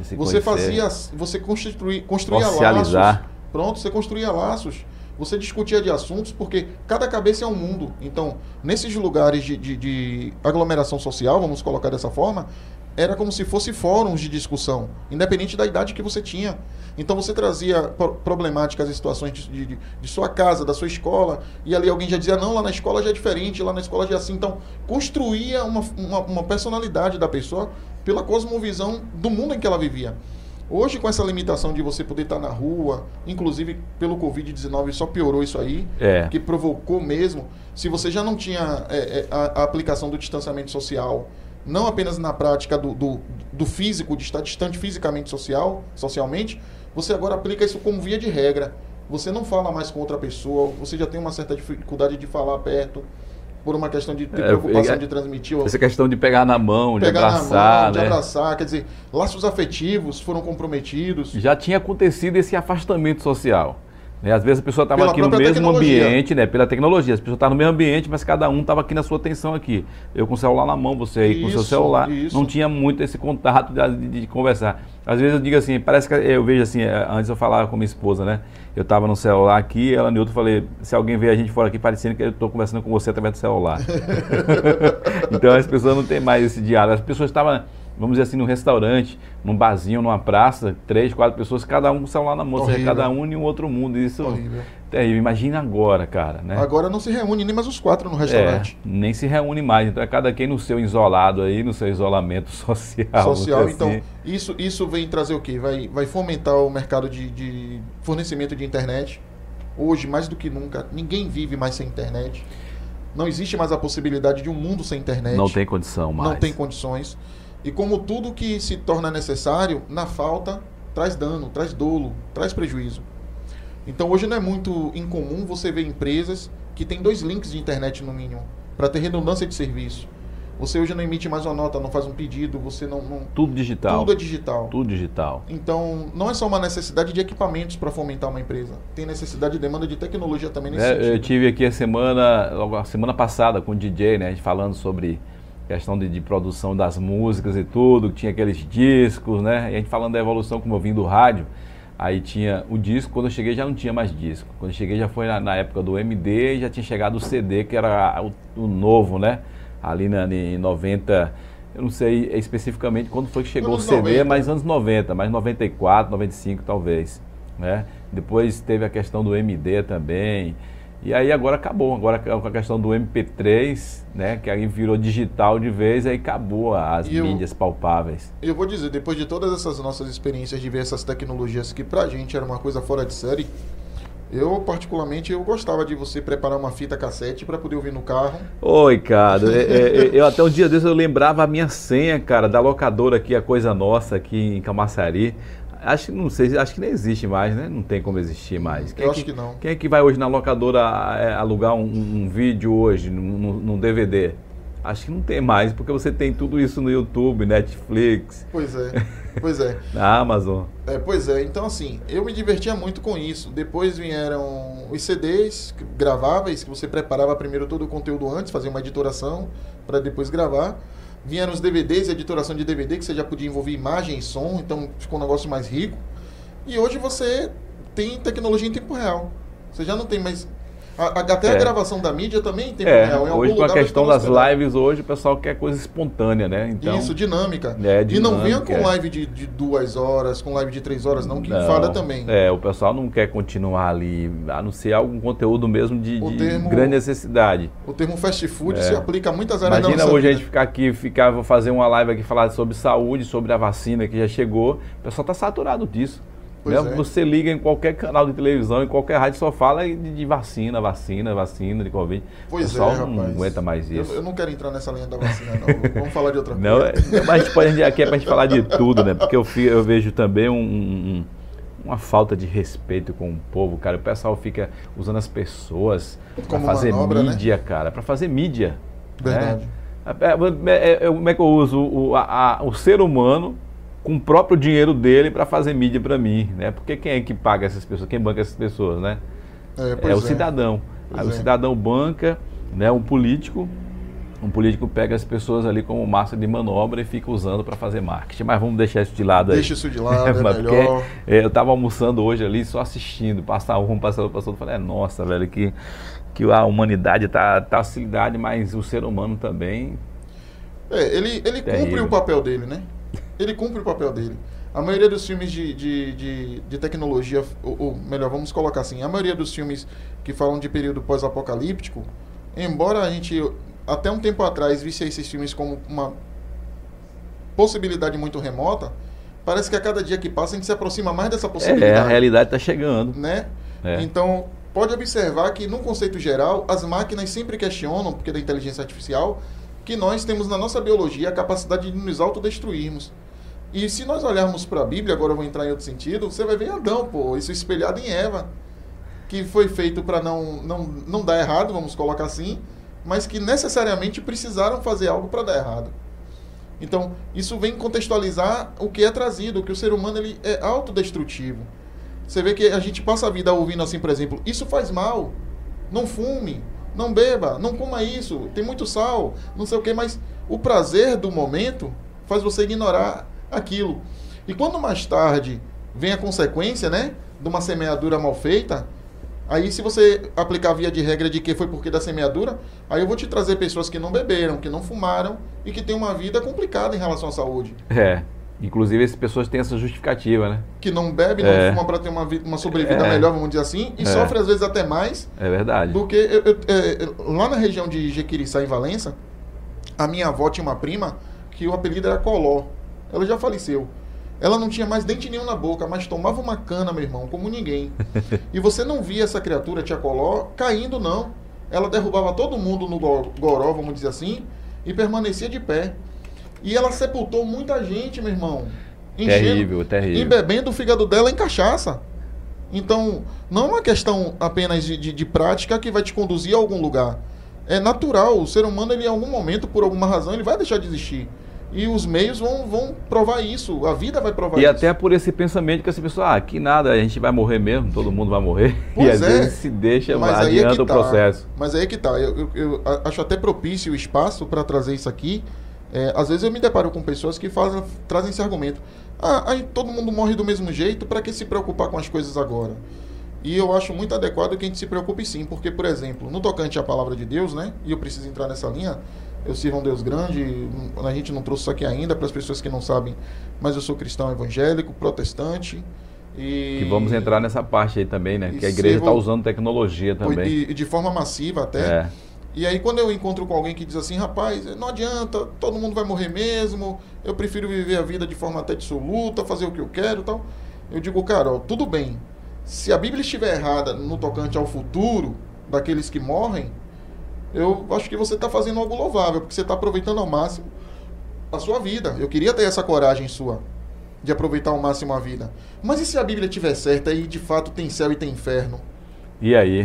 Você construía socializar. Laços. Pronto, você construía laços. Você discutia de assuntos, porque cada cabeça é um mundo. Então, nesses lugares de aglomeração social, vamos colocar dessa forma, era como se fosse fóruns de discussão, independente da idade que você tinha. Então você trazia problemáticas e situações de sua casa, da sua escola, e ali alguém já dizia, não, lá na escola já é diferente, lá na escola já é assim. Então construía uma personalidade da pessoa pela cosmovisão do mundo em que ela vivia. Hoje, com essa limitação de você poder estar na rua, inclusive pelo Covid-19 só piorou isso aí, que provocou mesmo, se você já não tinha a aplicação do distanciamento social, não apenas na prática do físico, de estar distante fisicamente socialmente, você agora aplica isso como via de regra. Você não fala mais com outra pessoa, você já tem uma certa dificuldade de falar perto, por uma questão de preocupação de transmitir. Essa questão de pegar na mão, de abraçar. De abraçar, quer dizer, laços afetivos foram comprometidos. Já tinha acontecido esse afastamento social. Às vezes a pessoa estava aqui no mesmo tecnologia. ambiente, né? Pela tecnologia. As pessoas estavam no mesmo ambiente, mas cada um estava aqui na sua atenção aqui. Eu com o celular na mão, você aí com o seu celular. Não tinha muito esse contato de conversar. Às vezes eu digo assim, parece que eu vejo assim, antes eu falava com minha esposa, né? Eu estava no celular aqui, ela no outro, falei, se alguém vê a gente fora aqui, parecendo que eu estou conversando com você através do celular. Então as pessoas não têm mais esse diálogo. As pessoas estavam, vamos dizer assim, num restaurante, num barzinho, numa praça, 3, 4 pessoas, cada um com o celular na mão, cada um em um outro mundo. Isso é terrível. Imagina agora, cara, né? Agora não se reúne nem mais os 4 no restaurante. Nem se reúne mais. Então é cada quem no seu isolado aí, no seu isolamento social. Então, assim. isso vem trazer o quê? Vai fomentar o mercado de fornecimento de internet. Hoje, mais do que nunca, ninguém vive mais sem internet. Não existe mais a possibilidade de um mundo sem internet. Não tem condição mais. Não tem condições. E como tudo que se torna necessário, na falta, traz dano, traz dolo, traz prejuízo. Então hoje não é muito incomum você ver empresas que têm 2 links de internet no mínimo, para ter redundância de serviço. Você hoje não emite mais uma nota, não faz um pedido, você não... Tudo digital. Tudo é digital. Tudo digital. Então, não é só uma necessidade de equipamentos para fomentar uma empresa. Tem necessidade de demanda de tecnologia também nesse sentido. Eu tive aqui a semana passada com o DJ, né? A gente falando sobre questão de produção das músicas e tudo, tinha aqueles discos, né? E a gente falando da evolução, como eu vim do rádio, aí tinha o disco, quando eu cheguei já não tinha mais disco. Quando eu cheguei já foi na época do MD e já tinha chegado o CD, que era o novo, né? Ali em 90, eu não sei especificamente quando foi que chegou Anos o CD, 90. mas anos 90, mais 94, 95 talvez, né? Depois teve a questão do MD também. E aí agora acabou, agora com a questão do MP3, né, que aí virou digital de vez, aí acabou as mídias palpáveis. Eu vou dizer, depois de todas essas nossas experiências de ver essas tecnologias que pra gente era uma coisa fora de série, eu particularmente eu gostava de você preparar uma fita cassete para poder ouvir no carro. Oi, cara, eu até um dia desses eu lembrava a minha senha, cara, da locadora aqui, a Coisa Nossa, aqui em Camaçari. Acho que não sei, acho que nem existe mais, né? Não tem como existir mais. Eu acho que não. Quem é que vai hoje na locadora alugar um vídeo hoje, num DVD? Acho que não tem mais, porque você tem tudo isso no YouTube, Netflix. Pois é, pois é. Na Amazon. Pois é, então assim, eu me divertia muito com isso. Depois vieram os CDs graváveis, que você preparava primeiro todo o conteúdo antes, fazia uma editoração para depois gravar. Vieram os DVDs, editoração de DVD, que você já podia envolver imagem e som, então ficou um negócio mais rico. E hoje você tem tecnologia em tempo real. Você já não tem mais... Até a gravação da mídia também em tempo real. Hoje com a questão das lives, hoje o pessoal quer coisa espontânea, né? Então, isso, dinâmica. Dinâmica. E não venha com live de 2 horas, com live de 3 horas, não, que enfada também. O pessoal não quer continuar ali, a não ser algum conteúdo mesmo de grande necessidade. O termo fast food se aplica a muitas áreas da nossa vida. Imagina hoje a gente ficar aqui, vou fazer uma live aqui, falar sobre saúde, sobre a vacina que já chegou. O pessoal está saturado disso. Você liga em qualquer canal de televisão, em qualquer rádio, só fala de vacina, de Covid. Pois o pessoal rapaz. Não aguenta mais isso. Eu não quero entrar nessa linha da vacina, não. Vamos falar de outra coisa. Não, mas aqui é pra gente falar de tudo, né? Porque eu vejo também uma falta de respeito com o povo, cara. O pessoal fica usando as pessoas para fazer manobra, mídia, né? Cara. Para fazer mídia. Verdade. Né? Como é que eu uso o ser humano com o próprio dinheiro dele para fazer mídia para mim, né? Porque quem é que paga essas pessoas? Quem banca essas pessoas, né? O cidadão. Aí o cidadão banca, né, um político pega as pessoas ali como massa de manobra e fica usando para fazer marketing. Mas vamos deixar isso de lado aí. Deixa isso de lado, é melhor. Eu estava almoçando hoje ali, só assistindo, passar um, passando, falei, nossa, velho, que a humanidade tá hostilidade, mas o ser humano também... Ele cumpre o papel dele, né? Ele cumpre o papel dele. A maioria dos filmes de tecnologia, ou melhor, vamos colocar assim, a maioria dos filmes que falam de período pós-apocalíptico, embora a gente, até um tempo atrás, visse esses filmes como uma possibilidade muito remota, parece que a cada dia que passa a gente se aproxima mais dessa possibilidade. A realidade está chegando. Né? Então, pode observar que, num conceito geral, as máquinas sempre questionam, porque da inteligência artificial, que nós temos na nossa biologia a capacidade de nos autodestruirmos. E se nós olharmos para a Bíblia, agora eu vou entrar em outro sentido, você vai ver Adão, isso espelhado em Eva, que foi feito para não dar errado, vamos colocar assim, mas que necessariamente precisaram fazer algo para dar errado. Então, isso vem contextualizar o que é trazido, que o ser humano ele é autodestrutivo. Você vê que a gente passa a vida ouvindo assim, por exemplo, isso faz mal, não fume, não beba, não coma isso, tem muito sal, não sei o que, mas o prazer do momento faz você ignorar aquilo. E quando mais tarde vem a consequência, né, de uma semeadura mal feita, aí se você aplicar a via de regra de que foi porque da semeadura, aí eu vou te trazer pessoas que não beberam, que não fumaram e que têm uma vida complicada em relação à saúde. Inclusive essas pessoas têm essa justificativa, né? Que não bebe, não fuma para ter uma sobrevida melhor, vamos dizer assim, e sofre às vezes até mais. É verdade. Do que lá na região de Jequiriçá, em Valença, a minha avó tinha uma prima que o apelido era Coló. Ela já faleceu. Ela não tinha mais dente nenhum na boca, mas tomava uma cana, meu irmão, como ninguém. E você não via essa criatura, tia Coló, caindo, não. Ela derrubava todo mundo no goró, vamos dizer assim, e permanecia de pé. E ela sepultou muita gente, meu irmão. Terrível. E bebendo o fígado dela em cachaça. Então, não é uma questão apenas de prática que vai te conduzir a algum lugar. É natural. O ser humano, ele, em algum momento, por alguma razão, ele vai deixar de existir. E os meios vão provar isso, a vida vai provar E isso. até por esse pensamento que essa pessoa, que nada, a gente vai morrer mesmo, todo mundo vai morrer. Pois e às é, vezes se deixa, mas aí adianta é que o tá. processo. Mas aí é que tá. Eu acho até propício o espaço para trazer isso aqui. Às vezes eu me deparo com pessoas que trazem esse argumento. Aí todo mundo morre do mesmo jeito, para que se preocupar com as coisas agora? E eu acho muito adequado que a gente se preocupe sim, porque, por exemplo, no tocante à palavra de Deus, né? E eu preciso entrar nessa linha. Eu sirvo um Deus grande, a gente não trouxe isso aqui ainda para as pessoas que não sabem, mas eu sou cristão evangélico, protestante. Que vamos entrar nessa parte aí também, né? Que a igreja está usando tecnologia também. E de forma massiva até. E aí quando eu encontro com alguém que diz assim, rapaz, não adianta, todo mundo vai morrer mesmo, eu prefiro viver a vida de forma até dissoluta, fazer o que eu quero e tal. Eu digo, cara, ó, tudo bem, se a Bíblia estiver errada no tocante ao futuro daqueles que morrem, eu acho que você está fazendo algo louvável, porque você está aproveitando ao máximo a sua vida. Eu queria ter essa coragem sua, de aproveitar ao máximo a vida. Mas e se a Bíblia estiver certa e de fato tem céu e tem inferno? E aí?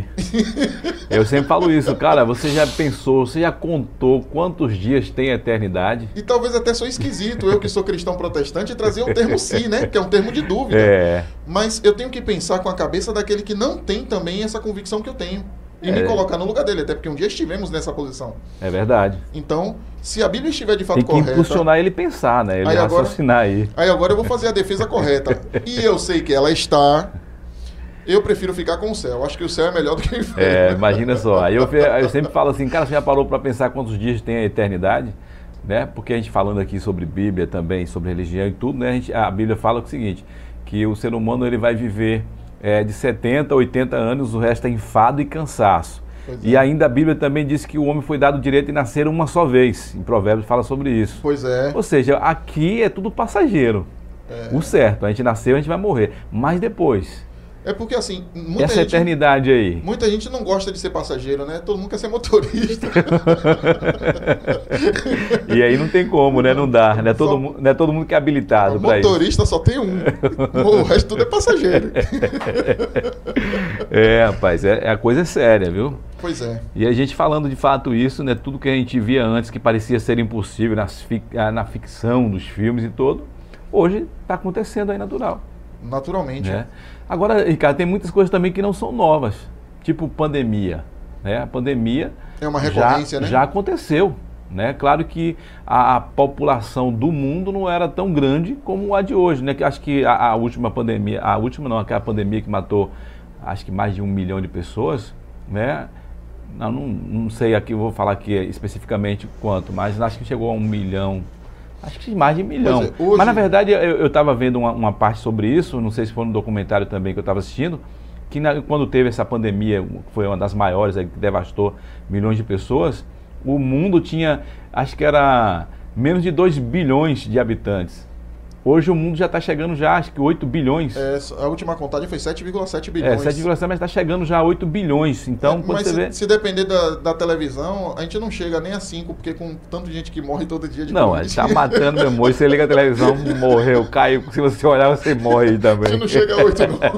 Eu sempre falo isso, cara, você já pensou, você já contou quantos dias tem a eternidade? E talvez até sou esquisito, eu que sou cristão protestante, trazer o termo si, né? Que é um termo de dúvida. Mas eu tenho que pensar com a cabeça daquele que não tem também essa convicção que eu tenho. E me colocar no lugar dele, até porque um dia estivemos nessa posição. É verdade. Então, se a Bíblia estiver de fato correta... Tem que impulsionar ele pensar, né? Ele raciocinar aí. Aí agora eu vou fazer a defesa correta. E eu sei que ela está... Eu prefiro ficar com o céu. Acho que o céu é melhor do que o inferno. Imagina só. Aí eu sempre falo assim, cara, você já parou para pensar quantos dias tem a eternidade? Né? Porque a gente falando aqui sobre Bíblia também, sobre religião e tudo, né? A Bíblia fala o seguinte, que o ser humano ele vai viver... de 70 a 80 anos, o resto é enfado e cansaço. E ainda a Bíblia também diz que o homem foi dado o direito de nascer uma só vez. Em Provérbios fala sobre isso. Pois é. Ou seja, aqui é tudo passageiro. O certo, a gente nasceu, a gente vai morrer. Mas depois... É porque assim... Essa eternidade aí... Muita gente não gosta de ser passageiro, né? Todo mundo quer ser motorista. E aí não tem como, né? Não dá. Não é todo mundo que é habilitado para isso. Motorista só tem um. O resto tudo é passageiro. Rapaz, a coisa é séria, viu? Pois é. E a gente falando de fato isso, né? Tudo que a gente via antes que parecia ser impossível na ficção dos filmes e todo, hoje está acontecendo aí natural. Naturalmente. Né? Agora, Ricardo, tem muitas coisas também que não são novas, tipo pandemia. Né? A pandemia é uma recorrência, já aconteceu. Né? Claro que a população do mundo não era tão grande como a de hoje. Né? Acho que a última pandemia, aquela pandemia que matou acho que mais de 1 milhão de pessoas, né? Não sei aqui, eu vou falar aqui especificamente quanto, mas acho que chegou a 1 milhão. Acho que mais de 1 milhão. Hoje... Mas na verdade eu estava vendo uma parte sobre isso, não sei se foi no documentário também que eu estava assistindo, que quando teve essa pandemia, que foi uma das maiores, que devastou milhões de pessoas, o mundo tinha, acho que era menos de 2 bilhões de habitantes. Hoje o mundo já está chegando acho que 8 bilhões. A última contagem foi 7,7 bilhões. 7,7, mas está chegando já a 8 bilhões. Então, quando você vê... se depender da televisão, a gente não chega nem a 5, porque com tanto de gente que morre todo dia de Não, a gente está matando meu amor. Você liga a televisão, morreu, caiu. Se você olhar, você morre aí também. Você não chega a 8, não.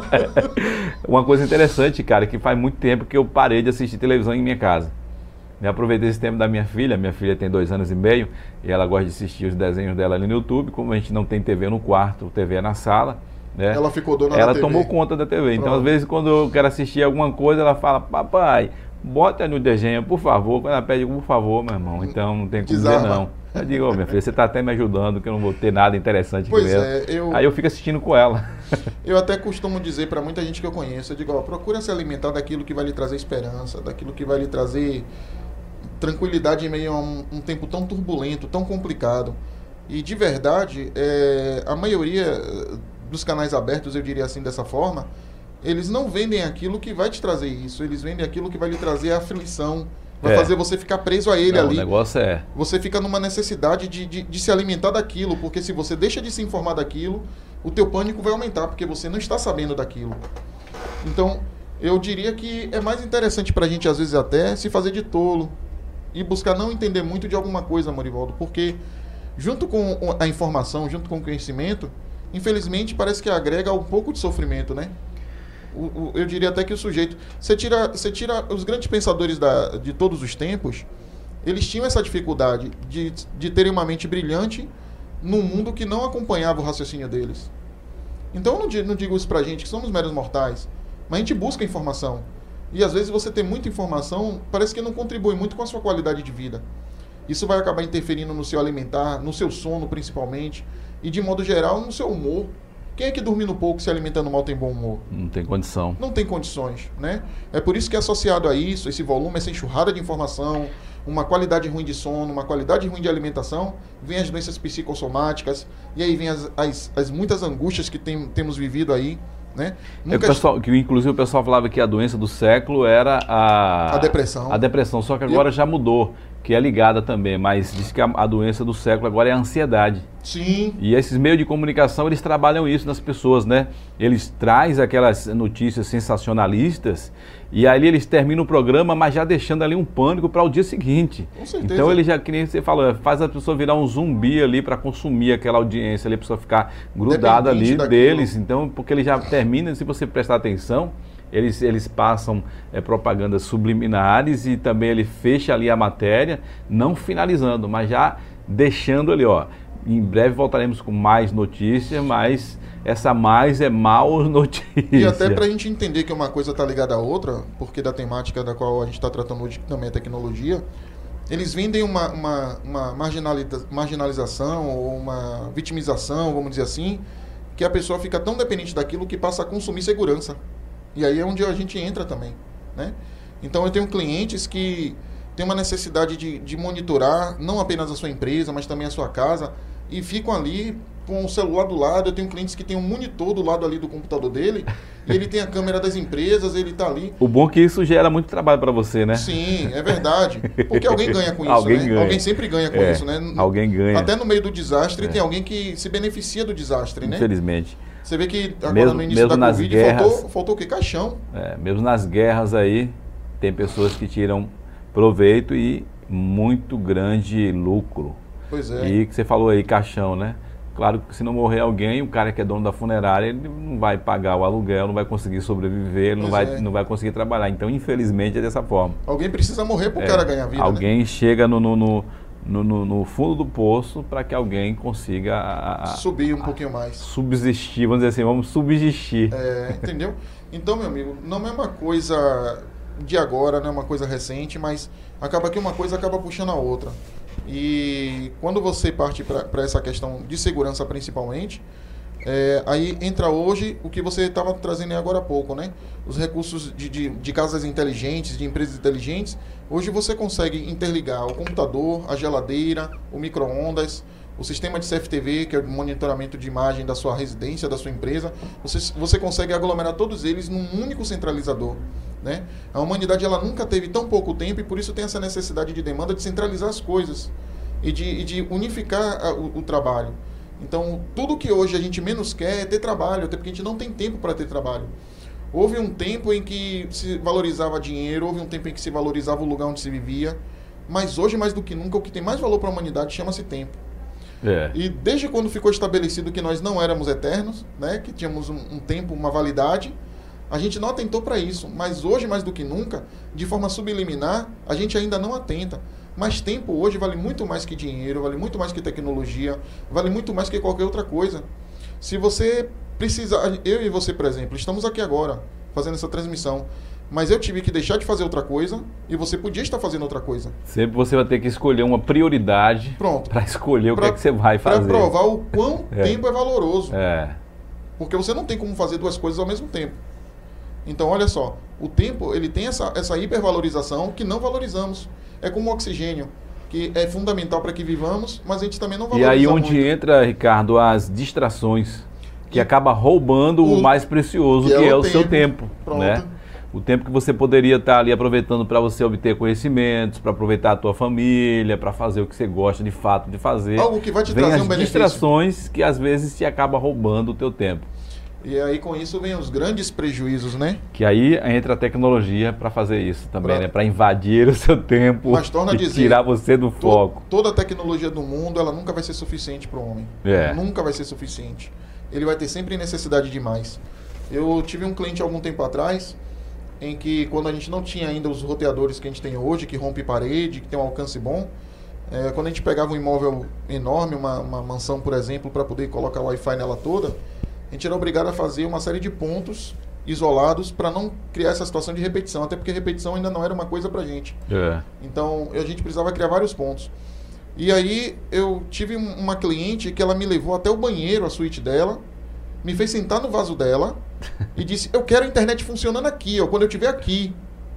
Uma coisa interessante, cara, que faz muito tempo que eu parei de assistir televisão em minha casa. Eu aproveitei esse tempo da minha filha tem 2 anos e meio, e ela gosta de assistir os desenhos dela ali no YouTube. Como a gente não tem TV no quarto, TV é na sala, né? Ela ficou dona da TV. Ela tomou conta da TV. Pronto. Então, às vezes, quando eu quero assistir alguma coisa, ela fala, papai, bota no desenho, por favor. Quando ela pede, por favor, meu irmão. Então, não tem como dizer não. Eu digo, minha filha, você está até me ajudando, que eu não vou ter nada interessante pois mesmo. Aí eu fico assistindo com ela. Eu até costumo dizer para muita gente que eu conheço, eu digo, procura se alimentar daquilo que vai lhe trazer esperança, daquilo que vai lhe trazer... tranquilidade em meio a um tempo tão turbulento, tão complicado. E de verdade, a maioria dos canais abertos, eu diria assim dessa forma, eles não vendem aquilo que vai te trazer isso, eles vendem aquilo que vai lhe trazer aflição, vai fazer você ficar preso a ele ali. O negócio Você fica numa necessidade de se alimentar daquilo, porque se você deixa de se informar daquilo, o teu pânico vai aumentar, porque você não está sabendo daquilo. Então, eu diria que é mais interessante pra gente, às vezes até, se fazer de tolo, e buscar não entender muito de alguma coisa, Morivaldo, porque junto com a informação, junto com o conhecimento, infelizmente parece que agrega um pouco de sofrimento, né? Eu diria até que o sujeito... Você tira os grandes pensadores de todos os tempos, eles tinham essa dificuldade de terem uma mente brilhante, num mundo que não acompanhava o raciocínio deles. Então eu não digo isso pra gente, que somos meros mortais, mas a gente busca informação. E às vezes você ter muita informação parece que não contribui muito com a sua qualidade de vida. Isso vai acabar interferindo no seu alimentar, no seu sono principalmente, e de modo geral no seu humor. Quem é que dormindo pouco, se alimentando mal, tem bom humor? Não tem condição. Não tem condições, né? É por isso que associado a isso, esse volume, essa enxurrada de informação, uma qualidade ruim de sono, uma qualidade ruim de alimentação, vem as doenças psicossomáticas, e aí vem as muitas angústias que temos vivido aí, né? Inclusive o pessoal falava que a doença do século era a depressão. A depressão, só que agora já mudou, que é ligada também, mas diz que a doença do século agora é a ansiedade. Sim. E esses meios de comunicação, eles trabalham isso nas pessoas, né? Eles trazem aquelas notícias sensacionalistas e aí eles terminam o programa, mas já deixando ali um pânico para o dia seguinte. Com certeza. Então ele já, que nem você falou, faz a pessoa virar um zumbi ali para consumir aquela audiência ali, a pessoa ficar grudada ali deles. Então, porque ele já termina, se você prestar atenção, eles passam propagandas subliminares e também ele fecha ali a matéria, não finalizando, mas já deixando ali, ó. Em breve voltaremos com mais notícias, mas essa mais é mal notícia. E até para a gente entender que uma coisa está ligada à outra, porque da temática da qual a gente está tratando hoje, que também é tecnologia, eles vendem uma marginalização ou uma vitimização, vamos dizer assim, que a pessoa fica tão dependente daquilo que passa a consumir segurança. E aí é onde a gente entra também, né? Então eu tenho clientes que têm uma necessidade de monitorar não apenas a sua empresa, mas também a sua casa, e ficam ali com o celular do lado. Eu tenho clientes que têm um monitor do lado ali do computador dele, e ele tem a câmera das empresas, ele está ali. O bom é que isso gera muito trabalho para você, né? Sim, é verdade. Porque alguém ganha com isso, alguém né? Ganha. Alguém sempre ganha com isso, né? Alguém ganha. Até no meio do desastre tem alguém que se beneficia do desastre, né? Infelizmente. Você vê que agora no início da Covid faltou o quê? Caixão. Mesmo nas guerras aí, tem pessoas que tiram proveito e muito grande lucro. Pois é. E que você falou aí, caixão, né? Claro que se não morrer alguém, o cara que é dono da funerária, ele não vai pagar o aluguel, não vai conseguir sobreviver, não vai conseguir trabalhar. Então, infelizmente, é dessa forma. Alguém precisa morrer para o cara ganhar vida, alguém, né? Chega no fundo do poço para que alguém consiga subir um pouquinho mais. Subsistir, vamos dizer assim, vamos subsistir. Entendeu? Então, meu amigo, não é uma coisa de agora, não é uma coisa recente, mas acaba que uma coisa acaba puxando a outra. E quando você parte para essa questão de segurança principalmente, aí entra hoje o que você estava trazendo agora há pouco, né? Os recursos de casas inteligentes, de empresas inteligentes. Hoje você consegue interligar o computador, a geladeira, o micro-ondas, o sistema de CFTV, que é o monitoramento de imagem da sua residência, da sua empresa. Você consegue aglomerar todos eles num único centralizador, né? A humanidade ela nunca teve tão pouco tempo e por isso tem essa necessidade de demanda de centralizar as coisas e de unificar o trabalho. Então, tudo que hoje a gente menos quer é ter trabalho, até porque a gente não tem tempo para ter trabalho. Houve um tempo em que se valorizava dinheiro, houve um tempo em que se valorizava o lugar onde se vivia, mas hoje, mais do que nunca, o que tem mais valor para a humanidade chama-se tempo. E desde quando ficou estabelecido que nós não éramos eternos, né, que tínhamos um tempo, uma validade, a gente não atentou para isso. Mas hoje, mais do que nunca, de forma subliminar, a gente ainda não atenta. Mas tempo hoje vale muito mais que dinheiro, vale muito mais que tecnologia, vale muito mais que qualquer outra coisa. Se você precisar, eu e você, por exemplo, estamos aqui agora fazendo essa transmissão, mas eu tive que deixar de fazer outra coisa e você podia estar fazendo outra coisa. Sempre você vai ter que escolher uma prioridade para escolher o que é que você vai fazer. Para provar o quão tempo é valoroso. Porque você não tem como fazer duas coisas ao mesmo tempo. Então, olha só, o tempo ele tem essa hipervalorização que não valorizamos. É como o oxigênio, que é fundamental para que vivamos, mas a gente também não valoriza. E aí onde entra, Ricardo, as distrações, que acaba roubando o mais precioso, que é o seu tempo. Né? O tempo que você poderia estar ali aproveitando para você obter conhecimentos, para aproveitar a tua família, para fazer o que você gosta de fato de fazer. Algo que vai te trazer um benefício. Distrações que às vezes te acaba roubando o teu tempo. E aí com isso vem os grandes prejuízos, né? Que aí entra a tecnologia para fazer isso também, né? Para invadir o seu tempo e tirar você do foco. Toda a tecnologia do mundo, ela nunca vai ser suficiente para o homem. Nunca vai ser suficiente. Ele vai ter sempre necessidade de mais. Eu tive um cliente há algum tempo atrás, em que quando a gente não tinha ainda os roteadores que a gente tem hoje, que rompe parede, que tem um alcance bom, Quando a gente pegava um imóvel enorme, uma mansão, por exemplo, para poder colocar o Wi-Fi nela toda, a gente era obrigado a fazer uma série de pontos isolados para não criar essa situação de repetição, até porque repetição ainda não era uma coisa para a gente. Então, a gente precisava criar vários pontos. E aí, eu tive uma cliente que ela me levou até o banheiro, a suíte dela, me fez sentar no vaso dela e disse, eu quero a internet funcionando aqui, ó, quando eu estiver aqui.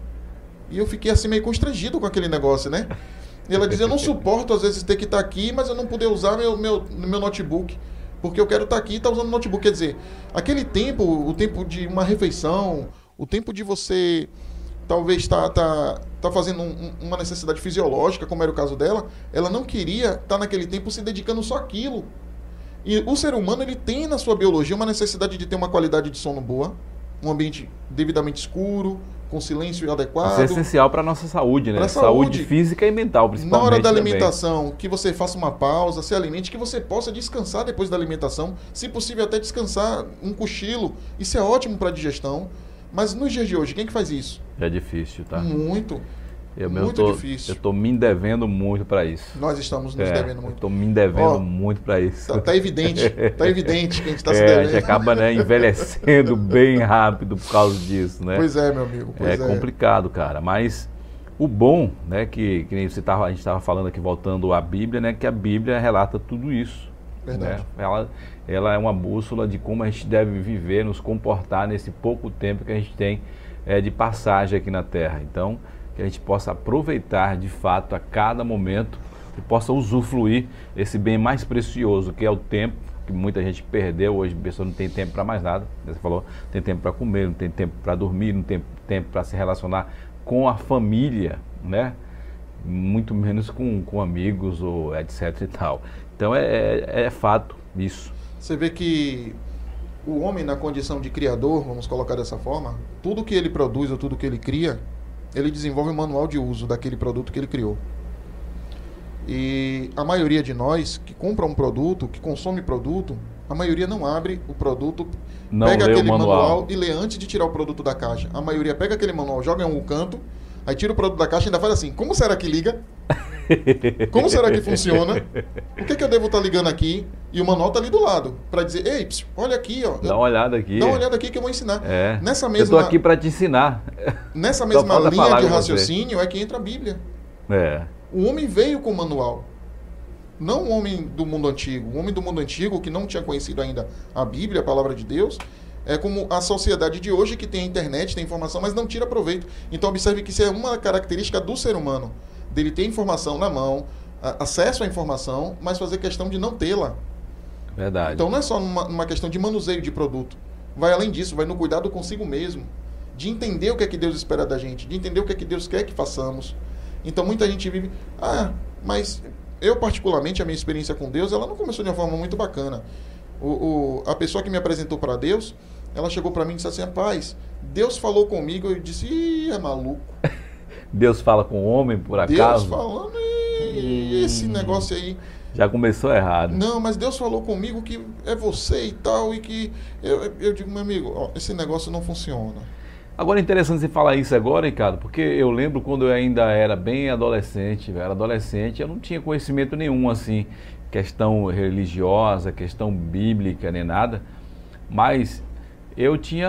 E eu fiquei assim meio constrangido com aquele negócio, né? E ela dizia, eu não suporto às vezes ter que estar aqui, mas eu não poder usar meu notebook, porque eu quero estar aqui e estar usando o notebook. Quer dizer, aquele tempo, o tempo de uma refeição, o tempo de você talvez tá fazendo uma necessidade fisiológica, como era o caso dela, ela não queria estar naquele tempo se dedicando só àquilo. E o ser humano, ele tem na sua biologia uma necessidade de ter uma qualidade de sono boa, um ambiente devidamente escuro, com silêncio adequado. Isso é essencial para a nossa saúde, né? Pra saúde física e mental, principalmente. Na hora da também. alimentação, que você faça uma pausa, se alimente, que você possa descansar depois da alimentação, se possível até descansar um cochilo. Isso é ótimo para a digestão. Mas nos dias de hoje, quem que faz isso? É difícil, tá? Muito difícil. Eu estou me devendo muito para isso. Nós estamos nos devendo muito. Estou me devendo muito para isso. Tá evidente que a gente está se devendo. A gente acaba, né, envelhecendo bem rápido por causa disso, né? Pois é, meu amigo. É complicado, cara. Mas o bom, né, que nem a gente estava falando aqui, voltando à Bíblia, né, que a Bíblia relata tudo isso. Verdade. Né? Ela é uma bússola de como a gente deve viver, nos comportar nesse pouco tempo que a gente tem de passagem aqui na Terra. Então, que a gente possa aproveitar de fato a cada momento e possa usufruir esse bem mais precioso que é o tempo, que muita gente perdeu. Hoje a pessoa não tem tempo para mais nada. Você falou, não tem tempo para comer, não tem tempo para dormir, não tem tempo para se relacionar com a família, né? Muito menos com amigos ou etc e tal. Então é fato isso. Você vê que o homem, na condição de criador, vamos colocar dessa forma, tudo que ele produz ou tudo que ele cria, ele desenvolve um manual de uso daquele produto que ele criou. E a maioria de nós que compra um produto, que consome produto, a maioria não abre o produto, pega aquele manual e lê antes de tirar o produto da caixa. A maioria pega aquele manual, joga em um canto, aí tira o produto da caixa e ainda faz assim, como será que liga? Como será que funciona? O que eu devo estar ligando aqui? E o manual está ali do lado, para dizer, ei, olha aqui, ó. Dá uma olhada aqui. Dá uma olhada aqui que eu vou ensinar. Nessa mesma, eu estou aqui para te ensinar. Nessa mesma linha de raciocínio é que entra a Bíblia. O homem veio com o manual. Não o homem do mundo antigo. O homem do mundo antigo, que não tinha conhecido ainda a Bíblia, a palavra de Deus, é como a sociedade de hoje, que tem a internet, tem informação, mas não tira proveito. Então observe que isso é uma característica do ser humano, dele ter informação na mão, acesso à informação, mas fazer questão de não tê-la. Verdade. Então não é só uma questão de manuseio de produto. Vai além disso, vai no cuidado consigo mesmo, de entender o que é que Deus espera da gente, de entender o que é que Deus quer que façamos. Então muita gente vive, mas eu particularmente, a minha experiência com Deus, ela não começou de uma forma muito bacana. A pessoa que me apresentou para Deus, ela chegou para mim e disse assim, rapaz, Deus falou comigo. Eu disse, é maluco. Deus fala com o homem, por acaso? Deus falando, esse negócio aí. Já começou errado. Não, mas Deus falou comigo que é você e tal, e que... Eu digo, meu amigo, esse negócio não funciona. Agora é interessante você falar isso agora, Ricardo, porque eu lembro quando eu ainda era bem adolescente, eu não tinha conhecimento nenhum, assim, questão religiosa, questão bíblica, nem nada, mas eu tinha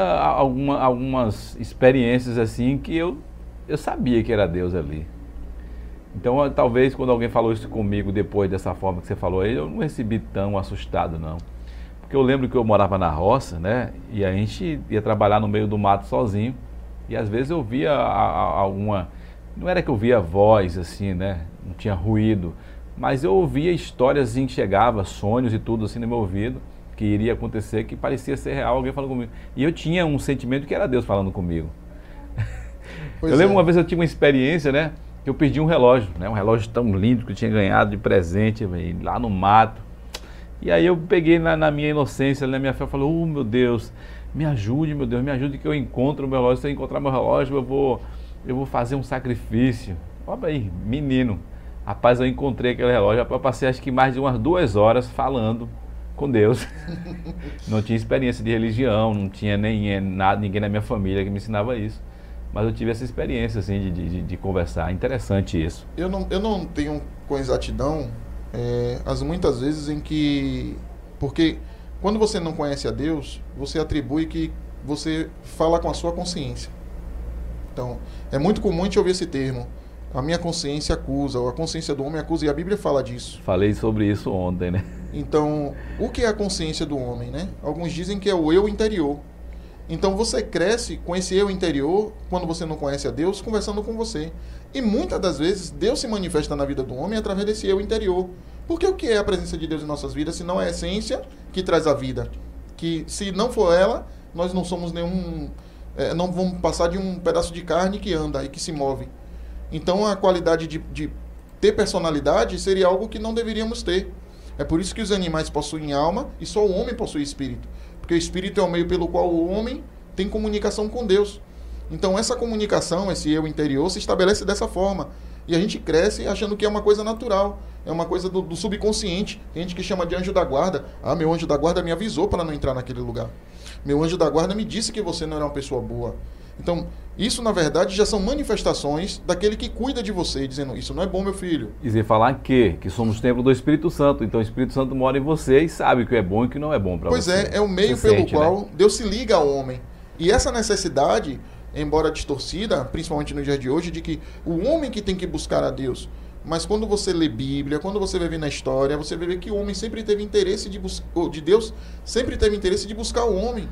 algumas experiências, assim, que eu sabia que era Deus ali. Então, talvez, quando alguém falou isso comigo depois dessa forma que você falou aí, eu não recebi tão assustado, não. Porque eu lembro que eu morava na roça, né? E a gente ia trabalhar no meio do mato sozinho. E às vezes eu via alguma... Não era que eu via voz, assim, né? Não tinha ruído. Mas eu ouvia histórias assim, que chegava, sonhos e tudo assim no meu ouvido, que iria acontecer, que parecia ser real, alguém falando comigo. E eu tinha um sentimento que era Deus falando comigo. Eu lembro uma vez eu tive uma experiência, né? Que eu perdi um relógio, né? Um relógio tão lindo que eu tinha ganhado de presente, véio, lá no mato. E aí eu peguei na minha inocência, na minha fé, eu falei, meu Deus, me ajude, meu Deus, me ajude que eu encontre o meu relógio. Se eu encontrar meu relógio, eu vou fazer um sacrifício. Olha aí, menino. Rapaz, eu encontrei aquele relógio, eu passei acho que mais de umas 2 horas falando com Deus. Não tinha experiência de religião, não tinha ninguém na minha família que me ensinava isso. mas eu tive essa experiência assim de conversar. Interessante isso. Eu não tenho com exatidão as muitas vezes em que... Porque quando você não conhece a Deus, você atribui que você fala com a sua consciência. Então, é muito comum a gente ouvir esse termo. A minha consciência acusa, ou a consciência do homem acusa, e a Bíblia fala disso. Falei sobre isso ontem, né? Então, o que é a consciência do homem, né? Alguns dizem que é o eu interior. Então, você cresce com esse eu interior, quando você não conhece a Deus, conversando com você. E muitas das vezes, Deus se manifesta na vida do homem através desse eu interior. Porque o que é a presença de Deus em nossas vidas, se não é a essência que traz a vida? Que se não for ela, nós não somos nenhum... não vamos passar de um pedaço de carne que anda e que se move. Então, a qualidade de ter personalidade seria algo que não deveríamos ter. É por isso que os animais possuem alma e só o homem possui espírito. Porque o espírito é o meio pelo qual o homem tem comunicação com Deus. Então, essa comunicação, esse eu interior, se estabelece dessa forma. E a gente cresce achando que é uma coisa natural. É uma coisa do subconsciente. Tem gente que chama de anjo da guarda. Ah, meu anjo da guarda me avisou para não entrar naquele lugar. Meu anjo da guarda me disse que você não era uma pessoa boa. Então, isso na verdade já são manifestações daquele que cuida de você, dizendo, isso não é bom, meu filho. E você falar que somos templo do Espírito Santo, então o Espírito Santo mora em você e sabe o que é bom e o que não é bom para você. Pois é o meio você pelo sente, qual né? Deus se liga ao homem. E essa necessidade, embora distorcida, principalmente no dia de hoje, de que o homem que tem que buscar a Deus. Mas quando você lê Bíblia, quando você vai ver na história, você vai ver que o homem sempre teve interesse de Deus sempre teve interesse de buscar o homem.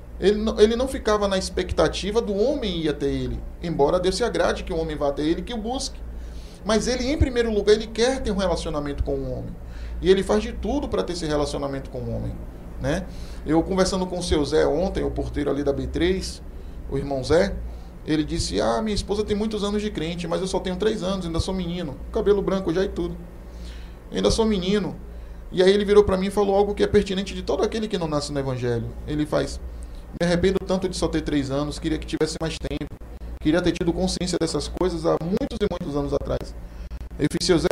Ele não ficava na expectativa do homem ir até ele, embora Deus se agrade que o homem vá até ele, que o busque. Mas ele, em primeiro lugar, ele quer ter um relacionamento com o homem. E ele faz de tudo para ter esse relacionamento com o homem, né? Eu conversando com o seu Zé ontem, o porteiro ali da B3, o irmão Zé, ele disse, minha esposa tem muitos anos de crente, mas eu só tenho 3 anos, ainda sou menino, cabelo branco já e tudo. Ainda sou menino. E aí ele virou para mim e falou algo que é pertinente de todo aquele que não nasce no Evangelho. Ele faz... Me arrependo tanto de só ter 3 anos, queria que tivesse mais tempo. Queria ter tido consciência dessas coisas há muitos e muitos anos atrás. Eu fiz, seu Zé,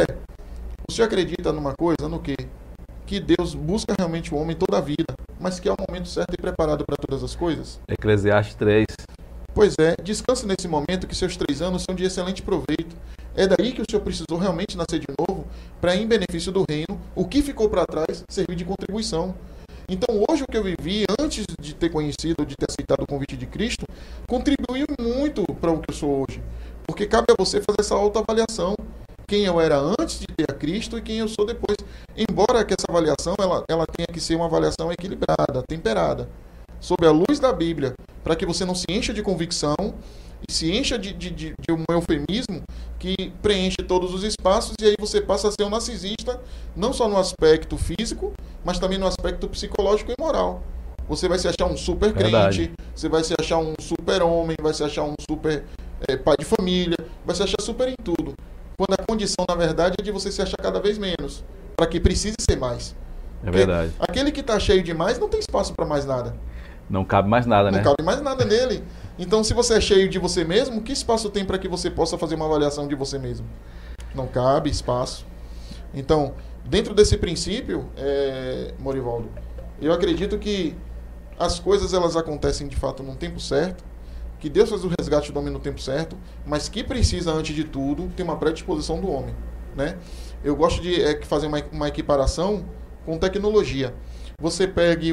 o senhor acredita numa coisa, no quê? Que Deus busca realmente o homem toda a vida, mas que há um momento certo e preparado para todas as coisas? Eclesiastes 3. Pois é, descanse nesse momento que seus 3 anos são de excelente proveito. É daí que o senhor precisou realmente nascer de novo, para em benefício do reino, o que ficou para trás servir de contribuição. Então hoje o que eu vivi, antes de ter conhecido, de ter aceitado o convite de Cristo, contribuiu muito para o que eu sou hoje. Porque cabe a você fazer essa autoavaliação. Quem eu era antes de ter a Cristo e quem eu sou depois. Embora que essa avaliação ela tenha que ser uma avaliação equilibrada, temperada, sob a luz da Bíblia, para que você não se encha de convicção e se encha de um eufemismo que preenche todos os espaços e aí você passa a ser um narcisista, não só no aspecto físico, mas também no aspecto psicológico e moral. Você vai se achar um super crente, você vai se achar um super homem, vai se achar um super pai de família, vai se achar super em tudo. Quando a condição, na verdade, é de você se achar cada vez menos, para que precise ser mais. É verdade. Aquele que está cheio demais não tem espaço para mais nada. Não cabe mais nada, né? Não cabe mais nada nele. Então, se você é cheio de você mesmo, que espaço tem para que você possa fazer uma avaliação de você mesmo? Não cabe espaço. Então, dentro desse princípio, Morivaldo, eu acredito que as coisas elas acontecem de fato num tempo certo, que Deus faz o resgate do homem no tempo certo, mas que precisa, antes de tudo, ter uma predisposição do homem, né? Eu gosto de fazer uma equiparação com tecnologia. Você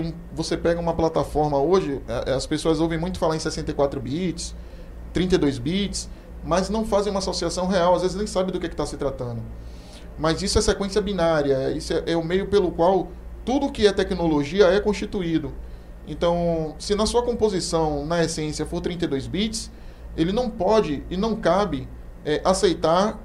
pega uma plataforma hoje, as pessoas ouvem muito falar em 64 bits, 32 bits, mas não fazem uma associação real, às vezes nem sabem do que está se tratando. Mas isso é sequência binária, isso é o meio pelo qual tudo que é tecnologia é constituído. Então, se na sua composição, na essência, for 32 bits, ele não pode e não cabe aceitar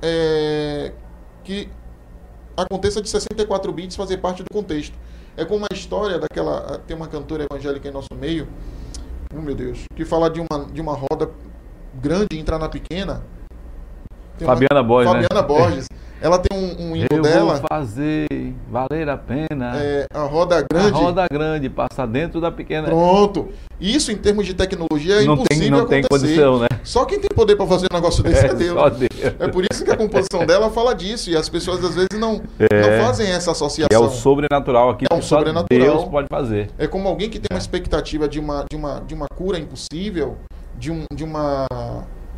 que aconteça de 64 bits fazer parte do contexto. É como a história daquela... Tem uma cantora evangélica em nosso meio, meu Deus, que fala de uma roda grande entrar na pequena. Fabiana Borges, Fabiana Borges. Ela tem um hino dela... Eu vou fazer valer a pena. A roda grande... A roda grande passa dentro da pequena... Pronto. Isso, em termos de tecnologia, é impossível não acontecer. Tem condição, né? Só quem tem poder para fazer um negócio desse é Deus. Só Deus. É por isso que a composição dela fala disso. E as pessoas, às vezes, não fazem essa associação. É o sobrenatural aqui. Só Deus pode fazer. É como alguém que tem uma expectativa de uma cura impossível, de uma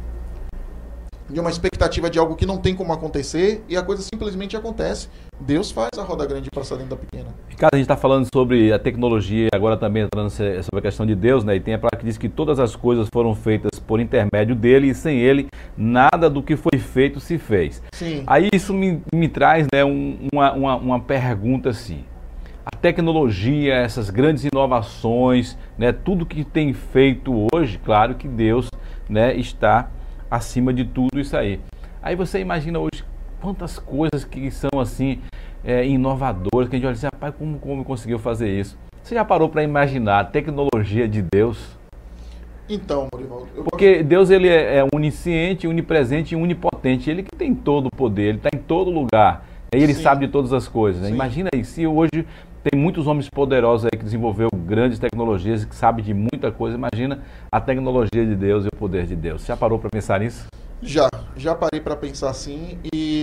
de uma expectativa de algo que não tem como acontecer, e a coisa simplesmente acontece. Deus faz a roda grande passar dentro da pequena. Ricardo, a gente está falando sobre a tecnologia, agora também entrando sobre a questão de Deus, né? E tem a palavra que diz que todas as coisas foram feitas por intermédio dele, e sem ele, nada do que foi feito se fez. Sim. Aí isso me traz, né, uma pergunta assim. A tecnologia, essas grandes inovações, né, tudo que tem feito hoje, claro que Deus, né, está acima de tudo isso aí. Aí você imagina hoje quantas coisas que são assim inovadoras, que a gente olha assim, rapaz, como conseguiu fazer isso? Você já parou para imaginar a tecnologia de Deus? Então, Morivaldo, porque Deus, ele é onisciente, onipresente e onipotente. Ele que tem todo o poder, ele está em todo lugar. E ele sabe de todas as coisas. Né? Imagina aí, se hoje tem muitos homens poderosos aí que desenvolveu grandes tecnologias, que sabem de muita coisa. Imagina a tecnologia de Deus e o poder de Deus. Você já parou para pensar nisso? Já parei para pensar sim,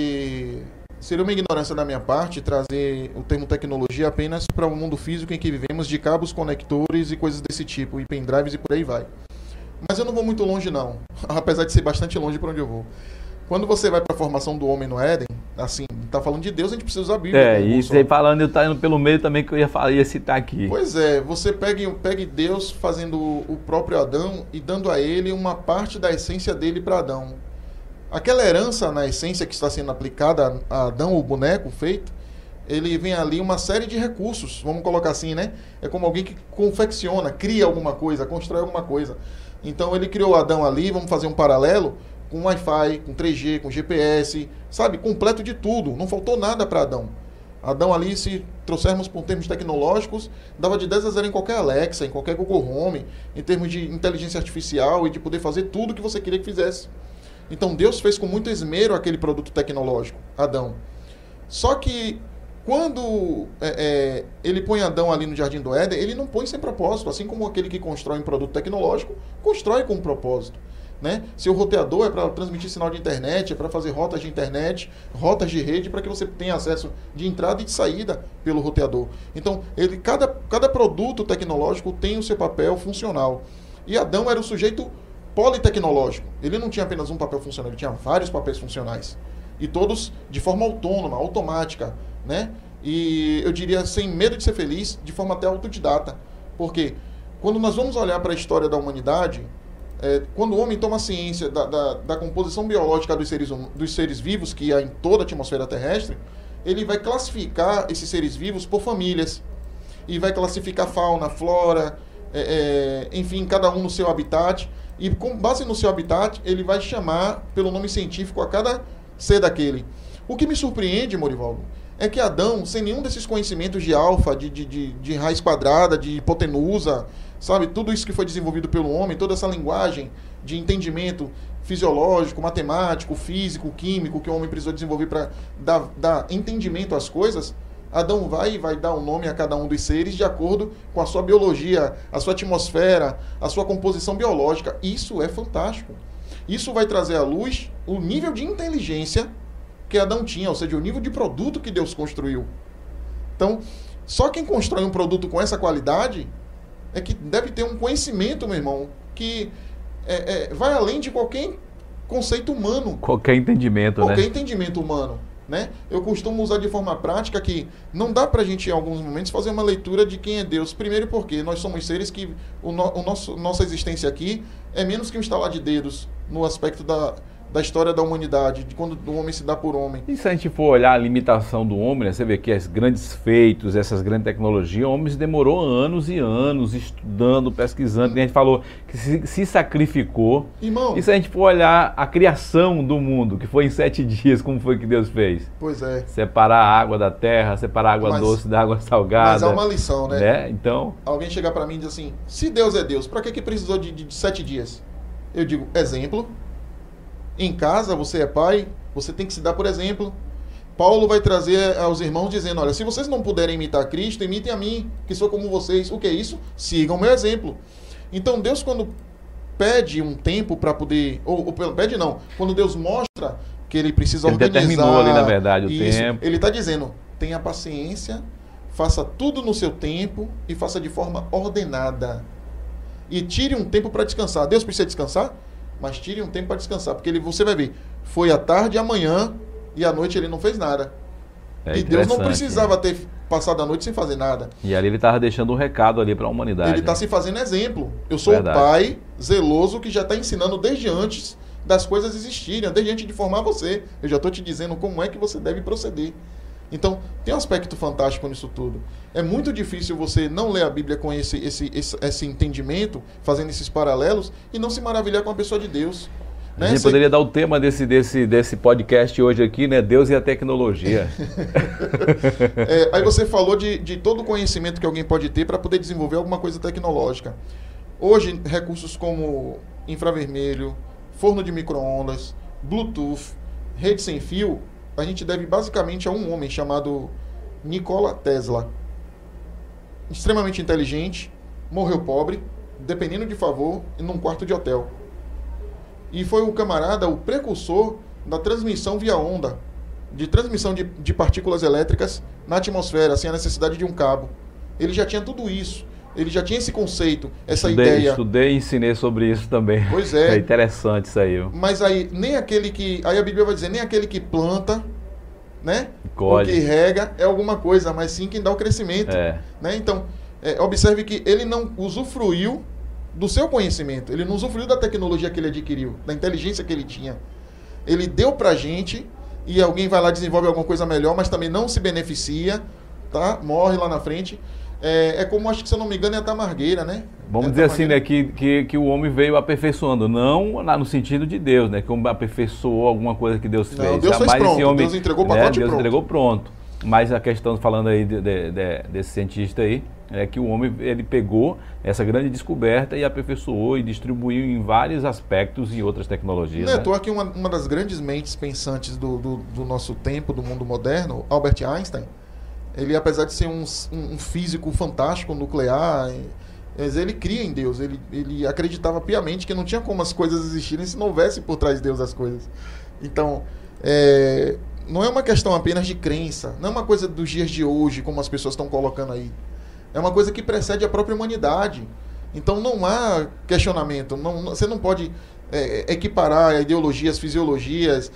e seria uma ignorância da minha parte trazer o termo tecnologia apenas para o mundo físico em que vivemos, de cabos, conectores e coisas desse tipo, e pendrives e por aí vai. Mas eu não vou muito longe não, apesar de ser bastante longe para onde eu vou. Quando você vai para a formação do homem no Éden, assim, tá falando de Deus, a gente precisa usar a Bíblia. E você falando, eu tá indo pelo meio também que eu ia citar aqui. Pois é, você pegue Deus fazendo o próprio Adão e dando a ele uma parte da essência dele para Adão. Aquela herança na essência que está sendo aplicada a Adão, o boneco feito, ele vem ali uma série de recursos, vamos colocar assim, né? É como alguém que confecciona, cria alguma coisa, constrói alguma coisa. Então ele criou Adão ali, vamos fazer um paralelo, com Wi-Fi, com 3G, com GPS, sabe? Completo de tudo, não faltou nada para Adão. Adão ali, se trouxermos por termos tecnológicos, dava de 10 a 0 em qualquer Alexa, em qualquer Google Home, em termos de inteligência artificial e de poder fazer tudo que você queria que fizesse. Então Deus fez com muito esmero aquele produto tecnológico, Adão. Só que quando ele põe Adão ali no Jardim do Éden, ele não põe sem propósito, assim como aquele que constrói um produto tecnológico, constrói com um propósito. Né? Se o roteador é para transmitir sinal de internet, é para fazer rotas de internet, rotas de rede, para que você tenha acesso de entrada e de saída pelo roteador. Então, cada produto tecnológico tem o seu papel funcional. E Adão era o sujeito politecnológico. Ele não tinha apenas um papel funcional, ele tinha vários papéis funcionais. E todos de forma autônoma, automática. Né? E eu diria, sem medo de ser feliz, de forma até autodidata. Porque quando nós vamos olhar para a história da humanidade, quando o homem toma ciência da composição biológica dos seres vivos que há em toda a atmosfera terrestre, ele vai classificar esses seres vivos por famílias. E vai classificar fauna, flora, enfim, cada um no seu habitat. E com base no seu habitat, ele vai chamar pelo nome científico a cada ser daquele. O que me surpreende, Morivaldo, é que Adão, sem nenhum desses conhecimentos de alfa, de raiz quadrada, de hipotenusa, sabe, tudo isso que foi desenvolvido pelo homem, toda essa linguagem de entendimento fisiológico, matemático, físico, químico, que o homem precisou desenvolver para dar entendimento às coisas, Adão vai dar um nome a cada um dos seres de acordo com a sua biologia, a sua atmosfera, a sua composição biológica. Isso é fantástico. Isso vai trazer à luz o nível de inteligência que Adão tinha, ou seja, o nível de produto que Deus construiu. Então, só quem constrói um produto com essa qualidade é que deve ter um conhecimento, meu irmão, que vai além de qualquer conceito humano. Qualquer entendimento, né? Qualquer entendimento humano. Né? Eu costumo usar de forma prática que não dá pra gente, em alguns momentos, fazer uma leitura de quem é Deus. Primeiro porque nós somos seres que nossa existência aqui é menos que um estalar de dedos no aspecto da história da humanidade, de quando o homem se dá por homem. E se a gente for olhar a limitação do homem, né, você vê que os grandes feitos, essas grandes tecnologias, o homem demorou anos e anos estudando, pesquisando, e a gente falou que se sacrificou. Irmão, e se a gente for olhar a criação do mundo, que foi em 7 dias, como foi que Deus fez? Pois é. Separar a água da terra, separar a água doce da água salgada. Mas há uma lição, né? Então, alguém chegar para mim e diz assim, se Deus é Deus, para que precisou de 7 dias? Eu digo, exemplo. Em casa, você é pai, você tem que se dar por exemplo. Paulo vai trazer aos irmãos dizendo, olha, se vocês não puderem imitar Cristo, imitem a mim, que sou como vocês. O que é isso? Sigam o meu exemplo. Então Deus, quando pede um tempo para poder, ou pede não, quando Deus mostra que ele precisa organizar... Ele determinou ali, na verdade, o tempo. Ele está dizendo, tenha paciência, faça tudo no seu tempo e faça de forma ordenada. E tire um tempo para descansar. Deus precisa descansar? Mas tire um tempo para descansar, porque você vai ver, foi à tarde e amanhã, e à noite ele não fez nada. É e Deus não interessante, precisava ter passado a noite sem fazer nada. E ali ele estava deixando um recado ali para a humanidade. Ele está se fazendo exemplo. Eu sou Verdade. o pai zeloso que já está ensinando desde antes das coisas existirem, desde antes de formar você. Eu já estou te dizendo como é que você deve proceder. Então, tem um aspecto fantástico nisso tudo. É muito difícil você não ler a Bíblia com esse entendimento, fazendo esses paralelos, e não se maravilhar com a pessoa de Deus. A gente poderia dar o tema desse podcast hoje aqui, né? Deus e a tecnologia. Aí você falou de todo o conhecimento que alguém pode ter para poder desenvolver alguma coisa tecnológica. Hoje, recursos como infravermelho, forno de micro-ondas, Bluetooth, rede sem fio, a gente deve basicamente a um homem chamado Nikola Tesla. Extremamente inteligente, morreu pobre, dependendo de favor, num quarto de hotel. E foi o camarada, o precursor da transmissão via onda, de transmissão de partículas elétricas na atmosfera, sem a necessidade de um cabo. Ele já tinha tudo isso. Ele já tinha esse conceito, essa ideia. Estudei e ensinei sobre isso também. Pois é. É interessante isso aí. Mas aí, nem aquele que... Aí a Bíblia vai dizer, nem aquele que planta, né? Colhe. O que rega é alguma coisa, mas sim quem dá o crescimento. Né? Então, observe que ele não usufruiu do seu conhecimento. Ele não usufruiu da tecnologia que ele adquiriu, da inteligência que ele tinha. Ele deu pra gente e alguém vai lá e desenvolve alguma coisa melhor, mas também não se beneficia, tá? Morre lá na frente. Como, acho que se eu não me engano, é a tamargueira, né? Vamos dizer assim, né, que o homem veio aperfeiçoando, não no sentido de Deus, né? Que o homem aperfeiçoou alguma coisa que Deus fez. Não, Deus fez pronto, esse homem, Deus entregou o pacote Deus pronto. entregou pronto. Mas a questão, falando aí desse cientista aí, é que o homem, ele pegou essa grande descoberta e aperfeiçoou e distribuiu em vários aspectos e outras tecnologias. Estou aqui uma das grandes mentes pensantes do nosso tempo, do mundo moderno, Albert Einstein. Ele, apesar de ser um físico fantástico, nuclear, mas ele cria em Deus. Ele acreditava piamente que não tinha como as coisas existirem se não houvesse por trás de Deus as coisas. Então, não é uma questão apenas de crença, não é uma coisa dos dias de hoje, como as pessoas estão colocando aí. É uma coisa que precede a própria humanidade. Então não há questionamento. Você não pode equiparar ideologias, fisiologias,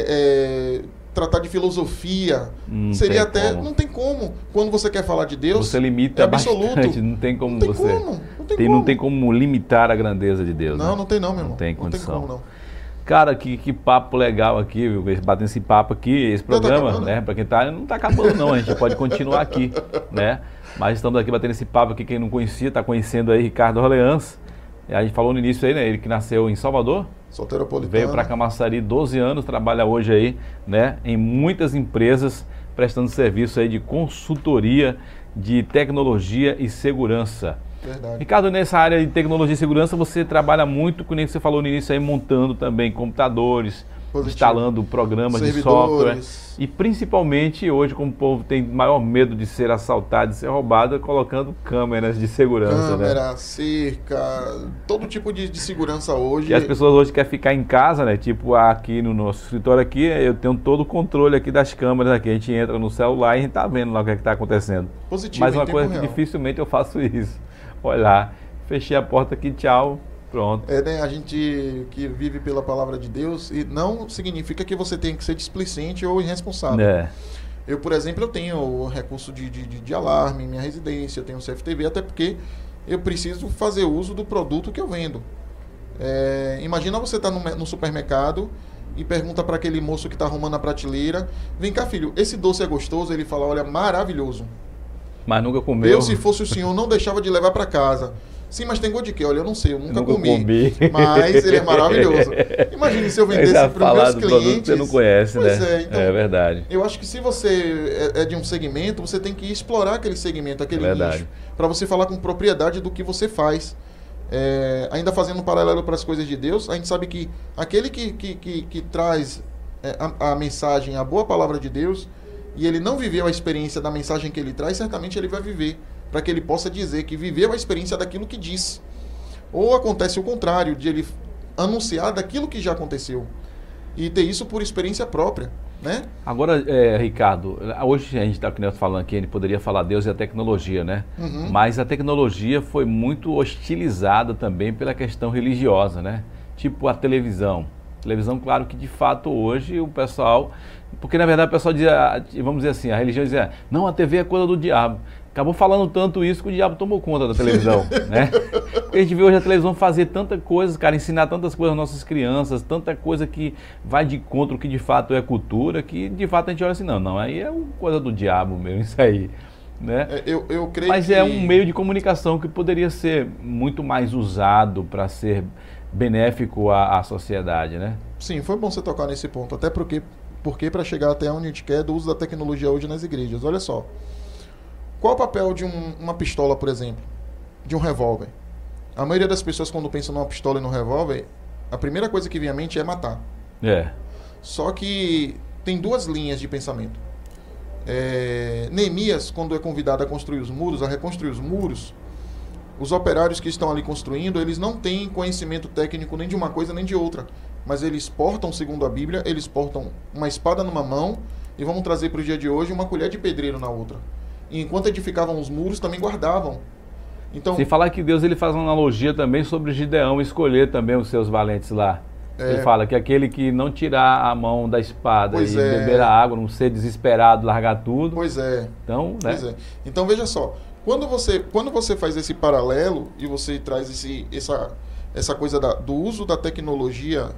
tratar de filosofia. Seria até... Como. Não tem como. Quando você quer falar de Deus, você limita absoluto. Bastante. Não tem como você... Não tem como limitar a grandeza de Deus. Não, né? não tem não, meu irmão. Não tem condição. Não tem como, não. Cara, que papo legal aqui, viu? Batendo esse papo aqui, esse programa, né? Pra quem não tá acabando não, a gente pode continuar aqui, né? Mas estamos aqui batendo esse papo aqui, quem não conhecia, tá conhecendo aí Ricardo Orleans. A gente falou no início aí, né? Ele que nasceu em Salvador. Soteropolitana. Veio para Camaçari 12 anos, trabalha hoje aí, né? Em muitas empresas, prestando serviço aí de consultoria, de tecnologia e segurança. Verdade. Ricardo, nessa área de tecnologia e segurança, você trabalha muito, como você falou no início aí, montando também computadores, Positivo. Instalando programas de software. E principalmente hoje, como o povo tem maior medo de ser assaltado, de ser roubado, colocando câmeras de segurança. Câmera, né? cerca, todo tipo de segurança hoje. E as pessoas hoje querem ficar em casa, né? Tipo aqui no nosso escritório aqui, eu tenho todo o controle aqui das câmeras aqui. A gente entra no celular e a gente tá vendo lá o que está acontecendo. Positivo, mas uma coisa que dificilmente eu faço isso. Olha lá, fechei a porta aqui, tchau. Pronto. Né, a gente que vive pela palavra de Deus, e não significa que você tem que ser displicente ou irresponsável. Eu, por exemplo, eu tenho o recurso de alarme em minha residência, eu tenho o CFTV, até porque eu preciso fazer uso do produto que eu vendo. Imagina você estar no supermercado e pergunta para aquele moço que está arrumando a prateleira: vem cá, filho, esse doce é gostoso? Ele fala: olha, maravilhoso. Mas nunca comeu. Eu, se fosse o senhor, não deixava de levar para casa. Sim, mas tem gosto de quê? Olha, eu não sei, eu nunca comi. Mas ele é maravilhoso. Imagine se eu vendesse para os meus clientes. Que você não conhece, pois né? Então, é verdade. Eu acho que se você é de um segmento, você tem que explorar aquele segmento, aquele nicho, para você falar com propriedade do que você faz. Ainda fazendo um paralelo para as coisas de Deus, a gente sabe que aquele que traz a mensagem, a boa palavra de Deus, e ele não viveu a experiência da mensagem que ele traz, certamente ele vai viver, para que ele possa dizer que viveu a experiência daquilo que disse. Ou acontece o contrário, de ele anunciar daquilo que já aconteceu. E ter isso por experiência própria, né? Agora, Ricardo, hoje a gente está falando aqui, a gente poderia falar Deus e a tecnologia, né? Uhum. Mas a tecnologia foi muito hostilizada também pela questão religiosa, né? Tipo a televisão. Televisão, claro que de fato hoje o pessoal... Porque na verdade o pessoal dizia, vamos dizer assim, a religião dizia, não, a TV é coisa do diabo. Acabou falando tanto isso que o diabo tomou conta da televisão, né? A gente vê hoje a televisão fazer tanta coisa, cara, ensinar tantas coisas às nossas crianças, tanta coisa que vai de contra o que de fato é cultura, que de fato a gente olha assim, não, aí é coisa do diabo mesmo, isso aí. Né? Eu creio Mas que... é um meio de comunicação que poderia ser muito mais usado para ser benéfico à sociedade, né? Sim, foi bom você tocar nesse ponto, até porque para chegar até onde a gente quer do uso da tecnologia hoje nas igrejas. Olha só, qual o papel de uma pistola, por exemplo, de um revólver? A maioria das pessoas, quando pensam numa pistola e num revólver, a primeira coisa que vem à mente é matar. Só que tem duas linhas de pensamento. Neemias, quando é convidado a construir os muros, a reconstruir os muros, os operários que estão ali construindo, eles não têm conhecimento técnico nem de uma coisa nem de outra, mas eles portam, segundo a Bíblia, eles portam uma espada numa mão e vamos trazer para o dia de hoje uma colher de pedreiro na outra. E enquanto edificavam os muros, também guardavam. Então, sem falar que Deus ele faz uma analogia também sobre Gideão escolher também os seus valentes lá. Ele fala que aquele que não tirar a mão da espada beber a água, não ser desesperado, largar tudo. Pois é. Então, né? Pois é. Então veja só, quando você faz esse paralelo e você traz essa coisa do uso da tecnologia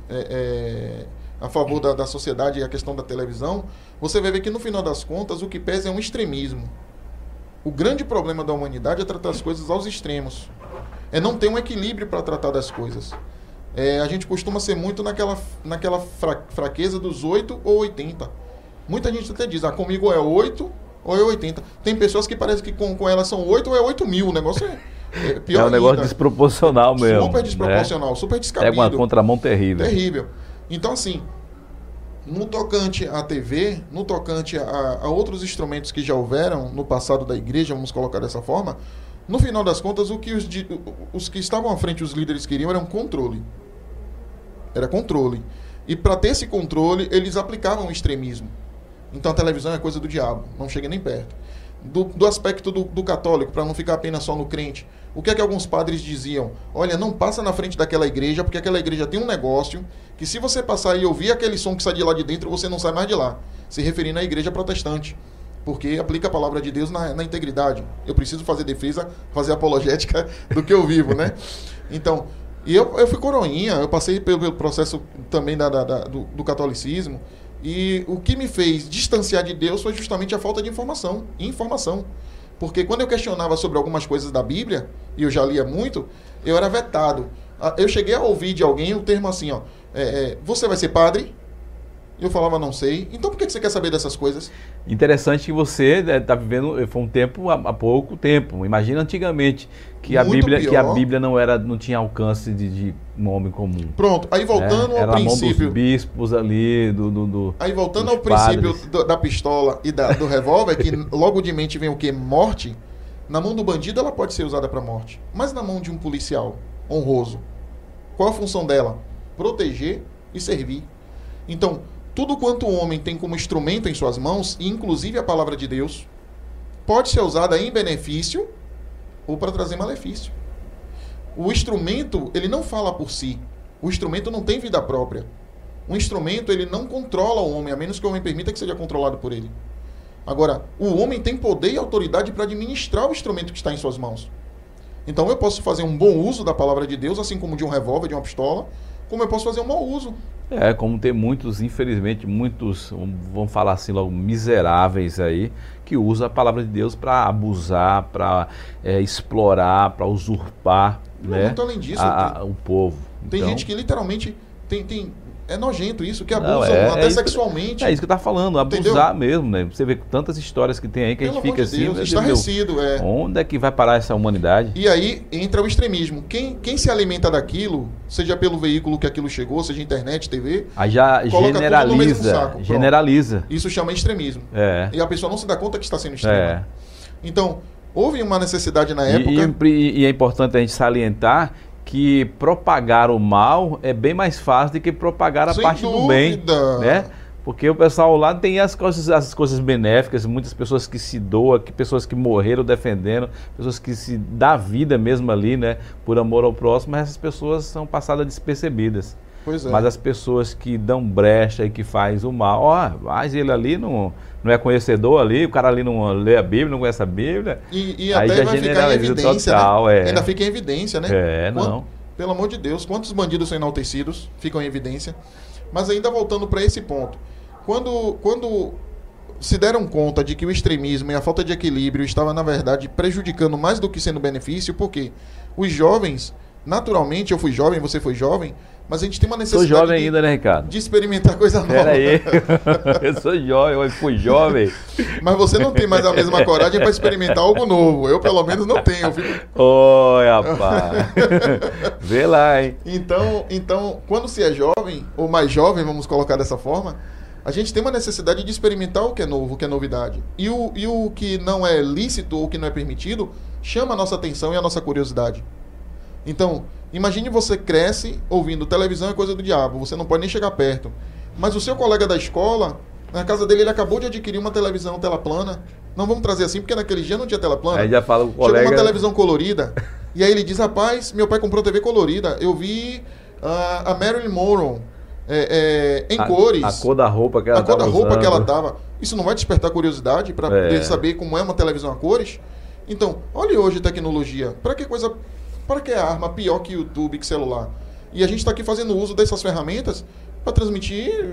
a favor da sociedade e a questão da televisão, você vai ver que no final das contas o que pesa é um extremismo. O grande problema da humanidade é tratar as coisas aos extremos. É não ter um equilíbrio para tratar das coisas. A gente costuma ser muito naquela fraqueza dos 8 ou 80. Muita gente até diz, comigo é 8 ou é 80. Tem pessoas que parece que com elas são 8 ou é 8 mil. O negócio é pior. É um negócio desproporcional mesmo. Super desproporcional, né? Super descabido. É uma contramão terrível. Terrível. Então, assim, no tocante à TV, no tocante a outros instrumentos que já houveram no passado da igreja, vamos colocar dessa forma, no final das contas, o que os que estavam à frente, os líderes queriam, era um controle. Era controle. E para ter esse controle, eles aplicavam o extremismo. Então a televisão é coisa do diabo, não chega nem perto. Do aspecto do católico, para não ficar apenas só no crente, o que é que alguns padres diziam? Olha, não passa na frente daquela igreja, porque aquela igreja tem um negócio que se você passar e ouvir aquele som que sai de lá de dentro, você não sai mais de lá. Se referindo à igreja protestante. Porque aplica a palavra de Deus na integridade. Eu preciso fazer defesa, fazer apologética do que eu vivo, né? Então, e eu fui coroinha, eu passei pelo processo também do catolicismo, e o que me fez distanciar de Deus foi justamente a falta de informação. Porque quando eu questionava sobre algumas coisas da Bíblia, e eu já lia muito, eu era vetado. Eu cheguei a ouvir de alguém o termo assim, você vai ser padre? Eu falava, não sei. Então por que você quer saber dessas coisas? Interessante que você está vivendo, foi um tempo, há pouco tempo. Imagina antigamente que a Bíblia não tinha alcance de um homem comum. Pronto, aí voltando ao princípio... Era a mão dos bispos ali, aí voltando ao princípio da pistola e do revólver, que logo de mente vem o quê? Morte. Na mão do bandido ela pode ser usada para morte. Mas na mão de um policial honroso, qual a função dela? Proteger e servir. Então... tudo quanto o homem tem como instrumento em suas mãos, inclusive a palavra de Deus, pode ser usada em benefício ou para trazer malefício. O instrumento, ele não fala por si. O instrumento não tem vida própria. O instrumento, ele não controla o homem, a menos que o homem permita que seja controlado por ele. Agora, o homem tem poder e autoridade para administrar o instrumento que está em suas mãos. Então eu posso fazer um bom uso da palavra de Deus, assim como de um revólver, de uma pistola, como eu posso fazer um mau uso. Como tem muitos, infelizmente, vamos falar assim logo, miseráveis aí, que usam a palavra de Deus para abusar, para explorar, para usurpar, né, muito além disso, o povo. Tem gente que literalmente é nojento isso, que abusam até sexualmente. É isso que eu tava falando, abusar mesmo, né? Você vê tantas histórias que tem aí que a gente fica assim... Deus, estarrecido, onde é que vai parar essa humanidade? E aí entra o extremismo. Quem se alimenta daquilo, seja pelo veículo que aquilo chegou, seja internet, TV... Aí já generaliza. Isso chama extremismo. E a pessoa não se dá conta que está sendo extrema. Então, houve uma necessidade na época... E é importante a gente salientar que propagar o mal é bem mais fácil do que propagar a parte do bem, né? Porque o pessoal lá tem as coisas benéficas, muitas pessoas que se doam, pessoas que morreram defendendo, pessoas que se dão vida mesmo ali, né? Por amor ao próximo, mas essas pessoas são passadas despercebidas. Pois é. Mas as pessoas que dão brecha e que faz o mal, ó, mas ele ali não é conhecedor ali, o cara ali não lê a Bíblia, não conhece a Bíblia. E aí até já vai ficar em generaliza evidência, total, né? Ainda fica em evidência, né? Não. Pelo amor de Deus, quantos bandidos são enaltecidos ficam em evidência. Mas ainda voltando para esse ponto, quando se deram conta de que o extremismo e a falta de equilíbrio estava, na verdade, prejudicando mais do que sendo benefício, porque os jovens, naturalmente, eu fui jovem, você foi jovem, mas a gente tem uma necessidade sou jovem ainda, né, Ricardo? de experimentar coisa nova. Pera aí, eu sou jovem, eu fui jovem. Mas você não tem mais a mesma coragem para experimentar algo novo. Eu, pelo menos, não tenho. Oi, rapaz. Vê lá, hein? Então, quando se é jovem, ou mais jovem, vamos colocar dessa forma, a gente tem uma necessidade de experimentar o que é novo, o que é novidade. E o que não é lícito ou que não é permitido chama a nossa atenção e a nossa curiosidade. Então, imagine você cresce ouvindo televisão é coisa do diabo, você não pode nem chegar perto. Mas o seu colega da escola, na casa dele, ele acabou de adquirir uma televisão tela plana. Não vamos trazer assim, porque naquele dia não tinha tela plana. Aí já fala o colega... Chegou uma televisão colorida, e aí ele diz, rapaz, meu pai comprou TV colorida, eu vi a Marilyn Monroe em cores. A cor da roupa que ela estava usando. A cor da roupa que ela estava. Isso não vai despertar curiosidade para saber como é uma televisão a cores? Então, olhe hoje a tecnologia. Para que arma pior que YouTube, que celular? E a gente está aqui fazendo uso dessas ferramentas para transmitir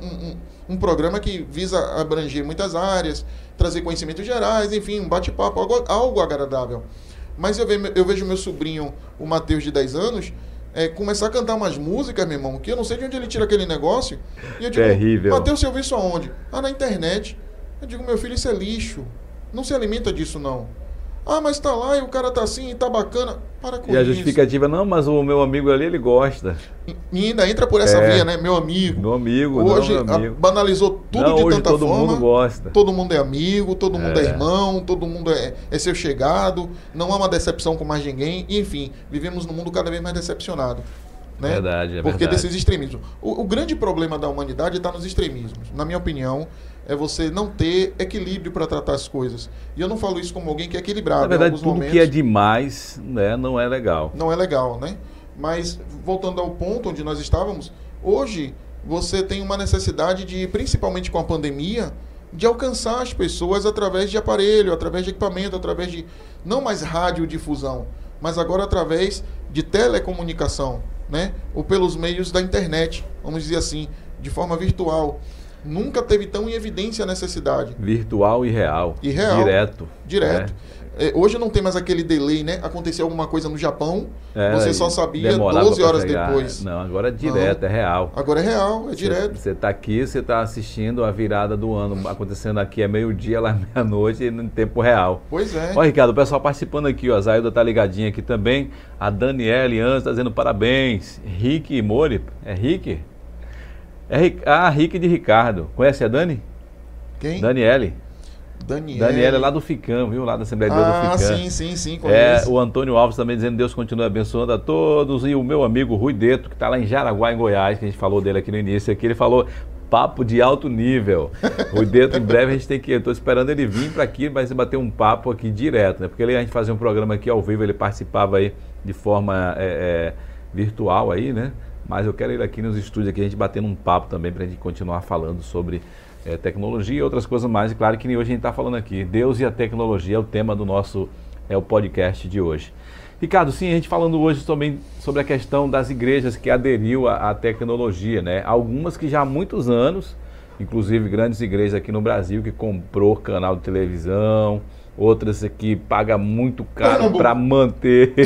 um programa que visa abranger muitas áreas, trazer conhecimentos gerais, enfim, um bate-papo, algo agradável. Mas eu vejo meu sobrinho, o Matheus, de 10 anos, começar a cantar umas músicas, meu irmão, que eu não sei de onde ele tira aquele negócio. E eu digo, terrível. Matheus, você ouviu isso aonde? Na internet. Eu digo, meu filho, isso é lixo. Não se alimenta disso, não. Mas tá lá e o cara tá assim e tá bacana. Para com isso. E a justificativa, não, mas o meu amigo ali, ele gosta. E ainda entra por essa via, né? Meu amigo. Meu amigo, hoje não, meu amigo. Banalizou tudo não, de hoje tanta todo forma. Todo mundo gosta. Todo mundo é amigo, todo mundo é irmão, todo mundo é seu chegado. Não há uma decepção com mais ninguém. E, enfim, vivemos num mundo cada vez mais decepcionado. Né? Verdade, Porque verdade. desses extremismos. O grande problema da humanidade está nos extremismos. Na minha opinião, é você não ter equilíbrio para tratar as coisas. E eu não falo isso como alguém que é equilibrado. Na verdade, tudo momentos, que é demais, né, não é legal. Não é legal, né? Mas, voltando ao ponto onde nós estávamos, hoje você tem uma necessidade de, principalmente com a pandemia, de alcançar as pessoas através de aparelho, através de equipamento, através de, não mais radiodifusão, mas agora através de telecomunicação, né? Ou pelos meios da internet, vamos dizer assim, de forma virtual. Nunca teve tão em evidência a necessidade. Virtual e real. E real. Direto. Hoje não tem mais aquele delay, né? Aconteceu alguma coisa no Japão, você só sabia 12 horas depois. Não, agora é direto, não. É real. Agora é real, é direto. Você está aqui, você está assistindo a virada do ano, acontecendo aqui é meio-dia, lá meia-noite, em tempo real. Pois é. Ó, Ricardo, o pessoal participando aqui, ó, a Zailda tá ligadinha aqui também, a Daniele Anjos está dizendo parabéns, Rick Mori, é Rick? Rick de Ricardo. Conhece a Dani? Quem? Daniele é lá do FICAM, viu? Lá da Assembleia de Deus do FICAM. Sim, conheço. O Antônio Alves também dizendo Deus continue abençoando a todos. E o meu amigo Rui Deto, que está lá em Jaraguá, em Goiás, que a gente falou dele aqui no início, aqui ele falou papo de alto nível. Rui Deto, em breve a gente tem que... Eu estou esperando ele vir para aqui, mas bater um papo aqui direto, né? Porque a gente fazia um programa aqui ao vivo, ele participava aí de forma virtual aí, né? Mas eu quero ir aqui nos estúdios, aqui, a gente batendo um papo também para a gente continuar falando sobre tecnologia e outras coisas mais. E claro que nem hoje a gente está falando aqui. Deus e a tecnologia é o tema do nosso o podcast de hoje. Ricardo, sim, a gente falando hoje também sobre a questão das igrejas que aderiu à tecnologia, né? Algumas que já há muitos anos, inclusive grandes igrejas aqui no Brasil, que comprou canal de televisão, outras que paga muito caro para manter.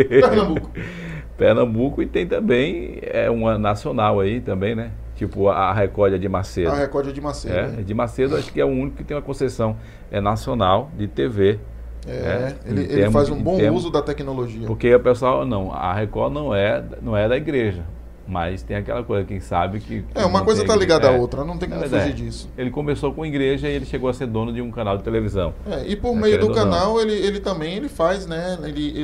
Pernambuco, e tem também uma nacional aí também, né? Tipo a Record de Macedo. A Record de Macedo. De Macedo acho que é o único que tem uma concessão nacional de TV. Ele faz um bom uso da tecnologia. Porque o pessoal, a Record não é da igreja. Mas tem aquela coisa, quem sabe que... uma coisa está ligada à outra, não tem como fugir disso. Ele começou com igreja e ele chegou a ser dono de um canal de televisão. E por meio do canal, ele também faz, né?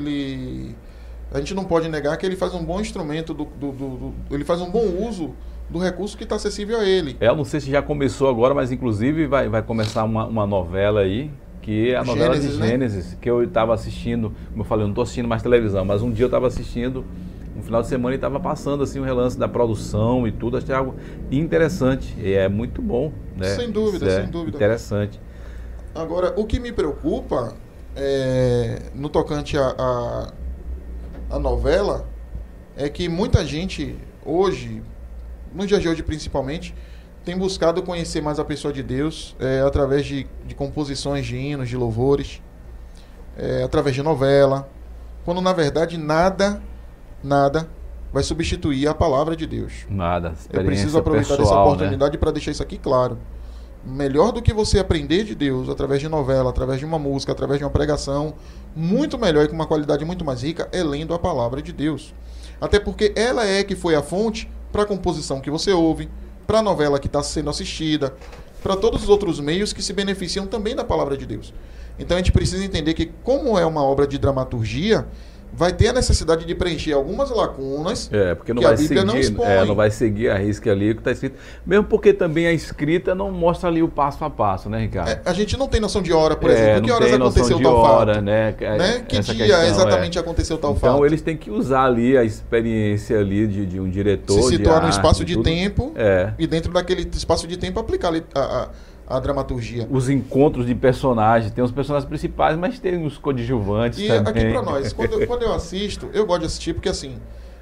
A gente não pode negar que ele faz um bom instrumento, ele faz um bom uso do recurso que está acessível a ele. Eu não sei se já começou agora, mas inclusive vai começar uma novela aí, que é a novela de Gênesis, né? Que eu estava assistindo, como eu falei, eu não estou assistindo mais televisão, mas um dia eu estava assistindo no final de semana ele estava passando assim um relance da produção e tudo, achei algo interessante, e é muito bom, né? Sem dúvida, Isso sem dúvida. Interessante. Agora, o que me preocupa no tocante à novela é que muita gente hoje, no dia de hoje principalmente, tem buscado conhecer mais a pessoa de Deus através de composições de hinos, de louvores, através de novela, quando na verdade nada vai substituir a palavra de Deus. Nada. Eu preciso aproveitar pessoal, essa oportunidade, né, para deixar isso aqui claro. Melhor do que você aprender de Deus através de novela, através de uma música, através de uma pregação, muito melhor e com uma qualidade muito mais rica é lendo a palavra de Deus. Até porque ela que foi a fonte para a composição que você ouve, para a novela que está sendo assistida, para todos os outros meios que se beneficiam também da palavra de Deus. Então a gente precisa entender que, como é uma obra de dramaturgia, vai ter a necessidade de preencher algumas lacunas porque não que vai a Bíblia seguir, não expõe. Não vai seguir a risca ali o que está escrito. Mesmo porque também a escrita não mostra ali o passo a passo, né, Ricardo? A gente não tem noção de hora, por exemplo. Que horas aconteceu tal fato? Né? Que dia exatamente aconteceu tal fato? Então eles têm que usar ali a experiência ali de um diretor. Se situar num espaço de tudo. Tempo e dentro daquele espaço de tempo aplicar ali a dramaturgia. Os encontros de personagens, tem os personagens principais, mas tem os coadjuvantes também. E aqui para nós, quando eu assisto, eu gosto de assistir porque assim,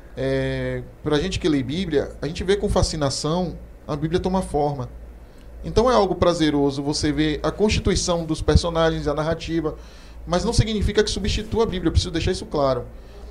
pra gente que lê Bíblia, a gente vê com fascinação a Bíblia toma forma. Então é algo prazeroso você ver a constituição dos personagens, a narrativa, mas não significa que substitua a Bíblia, eu preciso deixar isso claro.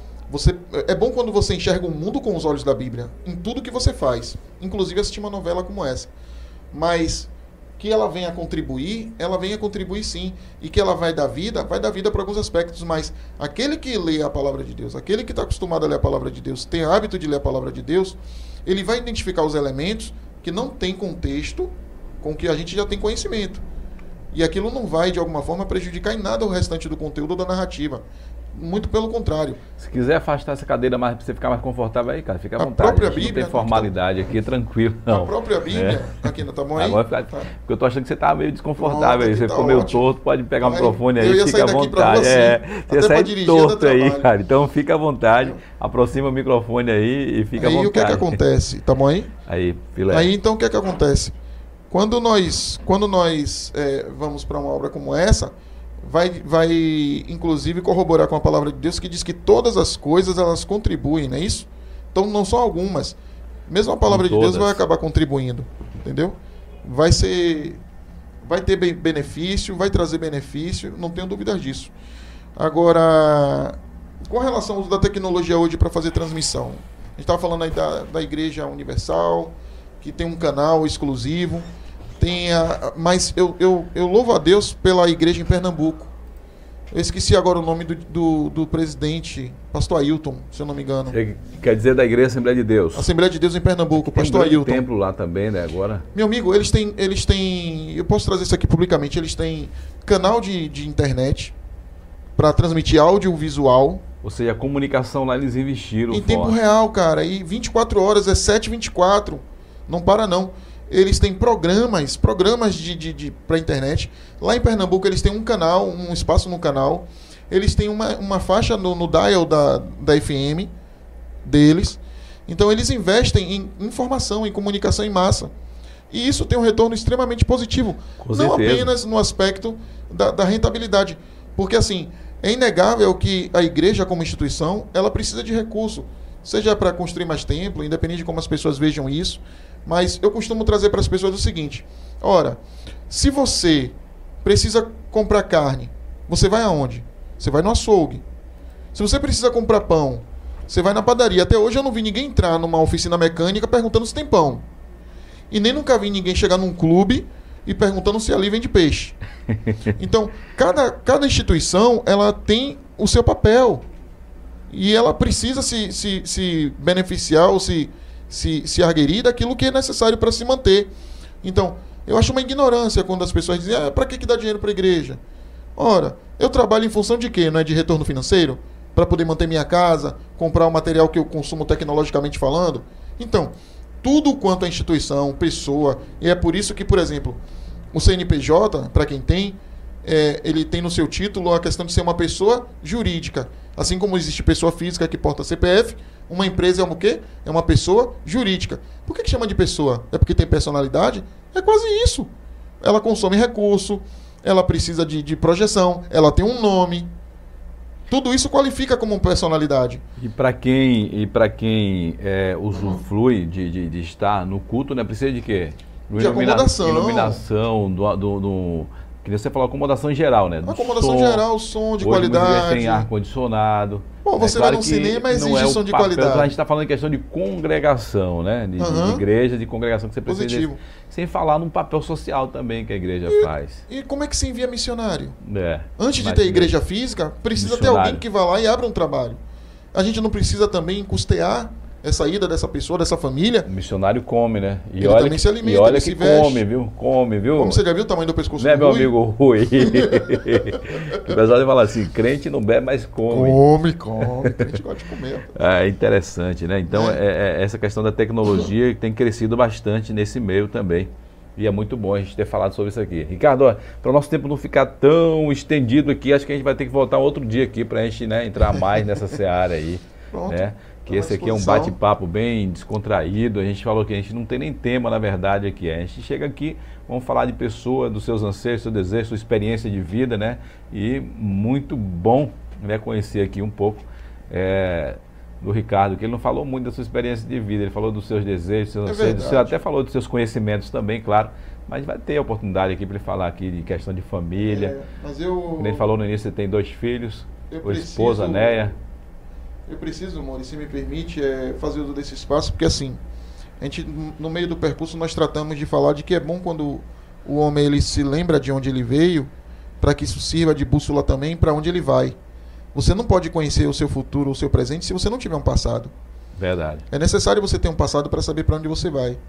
É bom quando você enxerga o mundo com os olhos da Bíblia, em tudo que você faz, inclusive assistir uma novela como essa. Mas que ela venha contribuir sim. E que ela vai dar vida para alguns aspectos, mas aquele que lê a palavra de Deus, aquele que está acostumado a ler a palavra de Deus, tem hábito de ler a palavra de Deus, ele vai identificar os elementos que não tem contexto com que a gente já tem conhecimento. E aquilo não vai, de alguma forma, prejudicar em nada o restante do conteúdo ou da narrativa. Muito pelo contrário. Se quiser afastar essa cadeira mais para você ficar mais confortável aí, cara, fica à vontade. A própria Bíblia, não tem formalidade aqui, tranquilo. Não. A própria Bíblia, aqui não tá bom aí? Agora, porque eu tô achando que você tá meio desconfortável aí. Você ficou meio torto, pode pegar o microfone aí, fica à vontade. Você ia sair torto aí, cara. Então fica à vontade, aproxima o microfone aí e fica à vontade. Aí o que é que acontece? Tá bom aí? Aí, filé. Aí então o que é que acontece? Quando nós vamos para uma obra como essa, vai inclusive corroborar com a palavra de Deus que diz que todas as coisas elas contribuem, não é isso? Então não são algumas. Mesmo a palavra de Deus vai acabar contribuindo, entendeu? Vai ter benefício, vai trazer benefício, não tenho dúvidas disso. Agora, com relação ao uso da tecnologia hoje para fazer transmissão, a gente estava falando aí da Igreja Universal, que tem um canal exclusivo. Mas eu louvo a Deus pela igreja em Pernambuco. Eu esqueci agora o nome do presidente, pastor Ailton, se eu não me engano. Quer dizer da Igreja Assembleia de Deus? Assembleia de Deus em Pernambuco, pastor Ailton. Tem templo lá também, né, agora? Meu amigo, eles têm, eu posso trazer isso aqui publicamente, eles têm canal de internet para transmitir audiovisual. Ou seja, a comunicação lá eles investiram em tempo real, cara, e 24 horas, 7h24, não para não. Eles têm programas para internet. Lá em Pernambuco eles têm um canal, um espaço no canal. Eles têm uma faixa no dial da FM deles. Então eles investem em informação, em comunicação em massa. E isso tem um retorno extremamente positivo. Não apenas no aspecto da rentabilidade. Porque assim, é inegável que a igreja como instituição, ela precisa de recurso. Seja para construir mais templo, independente de como as pessoas vejam isso. Mas eu costumo trazer para as pessoas o seguinte: ora, se você precisa comprar carne, você vai aonde? Você vai no açougue. Se você precisa comprar pão, você vai na padaria. Até hoje eu não vi ninguém entrar numa oficina mecânica perguntando se tem pão. E nem nunca vi ninguém chegar num clube e perguntando se ali vende peixe. Então, cada instituição, ela tem o seu papel. E ela precisa se beneficiar ou se arguerir daquilo que é necessário para se manter. Então, eu acho uma ignorância quando as pessoas dizem: para que dá dinheiro para a igreja? Ora, eu trabalho em função de quê? Não é de retorno financeiro? Para poder manter minha casa, comprar o material que eu consumo tecnologicamente falando? Então, tudo quanto a instituição, pessoa, e é por isso que, por exemplo, o CNPJ, para quem tem, ele tem no seu título a questão de ser uma pessoa jurídica. Assim como existe pessoa física que porta CPF, Uma empresa é o quê? É uma pessoa jurídica. Por que chama de pessoa? É porque tem personalidade? É quase isso. Ela consome recurso, ela precisa de projeção, ela tem um nome. Tudo isso qualifica como personalidade. E para quem usufrui de estar no culto, né, precisa de quê? De acomodação. Iluminação, que você falou, acomodação geral, né? Acomodação geral, som de qualidade. Tem ar-condicionado. Bom, você vai no cinema, exige som de qualidade. A gente está falando em questão de congregação, né? De igreja, de congregação que você precisa. Positivo. Sem falar num papel social também que a igreja faz. E como é que se envia missionário? É, Antes de ter igreja física, precisa ter alguém que vá lá e abra um trabalho. A gente não precisa também custear essa ida dessa pessoa, dessa família. O missionário come, né? E ele também se alimenta, e olha ele que se veste. Come, viu? Como você já viu o tamanho do pescoço do Rui? Meu Rui? amigo Rui. O pessoal fala assim, crente não bebe, mas come. Come. Crente gosta de comer. É interessante, né? Então, essa questão da tecnologia tem crescido bastante nesse meio também. E é muito bom a gente ter falado sobre isso aqui. Ricardo, para o nosso tempo não ficar tão estendido aqui, acho que a gente vai ter que voltar outro dia aqui para a gente, né, entrar mais nessa seara aí. Pronto. Né? Que esse aqui é um bate-papo bem descontraído. A gente falou que a gente não tem nem tema, na verdade, aqui. A gente chega aqui, vamos falar de pessoa, dos seus anseios, seu desejo, sua experiência de vida, né? E muito bom, né, conhecer aqui um pouco do Ricardo, que ele não falou muito da sua experiência de vida, ele falou dos seus desejos, seus anseios, você até falou dos seus conhecimentos também, claro, mas vai ter a oportunidade aqui para ele falar aqui de questão de família. Mas Como ele falou no início, você tem 2 filhos, sua esposa, Néia. Eu preciso, Maurício, se me permite, fazer uso desse espaço, porque assim, a gente, no meio do percurso, nós tratamos de falar de que é bom quando o homem ele se lembra de onde ele veio, para que isso sirva de bússola também para onde ele vai. Você não pode conhecer o seu futuro, o seu presente, se você não tiver um passado. Verdade. É necessário você ter um passado para saber para onde você vai.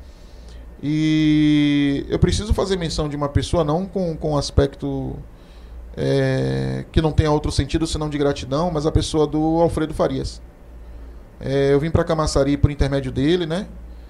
E eu preciso fazer menção de uma pessoa, não com aspecto que não tenha outro sentido senão de gratidão, mas a pessoa do Alfredo Farias. Eu vim para Camaçari por intermédio dele, né?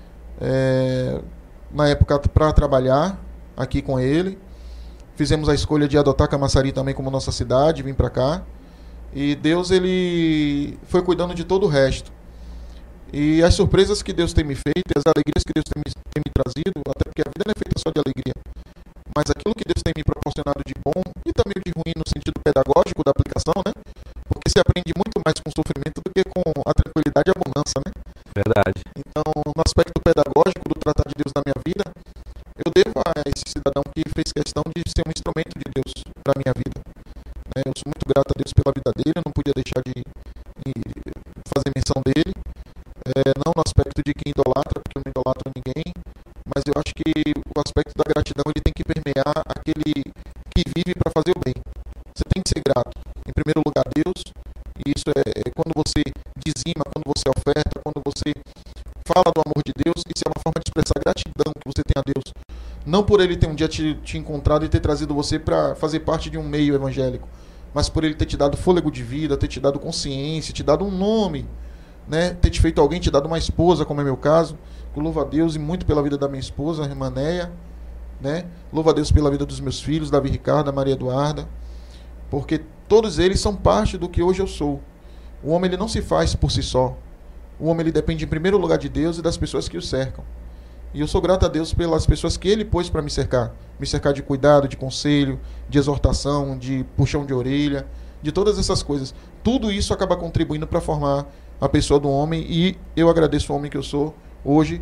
Na época para trabalhar aqui com ele. Fizemos a escolha de adotar Camaçari também como nossa cidade, vim para cá. E Deus ele foi cuidando de todo o resto. E as surpresas que Deus tem me feito, as alegrias que Deus tem me trazido, até porque a vida não é feita só de alegria, mas aquilo que Deus tem me proporcionado de bom e também de ruim no sentido pedagógico da aplicação, né? Porque se aprende muito mais com sofrimento do que com a tranquilidade e a bonança, né? Verdade. Então, no aspecto pedagógico do tratar de Deus na minha vida, eu devo a esse cidadão que fez questão de ser um instrumento de Deus para a minha vida. Eu sou muito grato a Deus pela vida dele, eu não podia deixar de fazer menção dele, não no aspecto de quem idolatra, porque eu não idolatro ninguém, mas eu acho que o aspecto da gratidão ele tem que permear aquele que vive para fazer o bem. Você tem que ser grato, em primeiro lugar, a Deus, e isso é quando você dizima, quando você oferta, quando você fala do amor de Deus, isso é uma forma de expressar gratidão que você tem a Deus. Não por ele ter um dia te encontrado e ter trazido você para fazer parte de um meio evangélico, mas por ele ter te dado fôlego de vida, ter te dado consciência, te dado um nome, né? Ter te feito alguém, te dado uma esposa, como é meu caso. Eu louvo a Deus e muito pela vida da minha esposa, a irmã Néia, né? Louvo a Deus pela vida dos meus filhos, Davi Ricardo, Maria Eduarda, porque todos eles são parte do que hoje eu sou. O homem ele não se faz por si só. O homem ele depende em primeiro lugar de Deus e das pessoas que o cercam. E eu sou grato a Deus pelas pessoas que ele pôs para me cercar de cuidado, de conselho, de exortação, de puxão de orelha, de todas essas coisas. Tudo isso acaba contribuindo para formar a pessoa do homem, e eu agradeço o homem que eu sou hoje,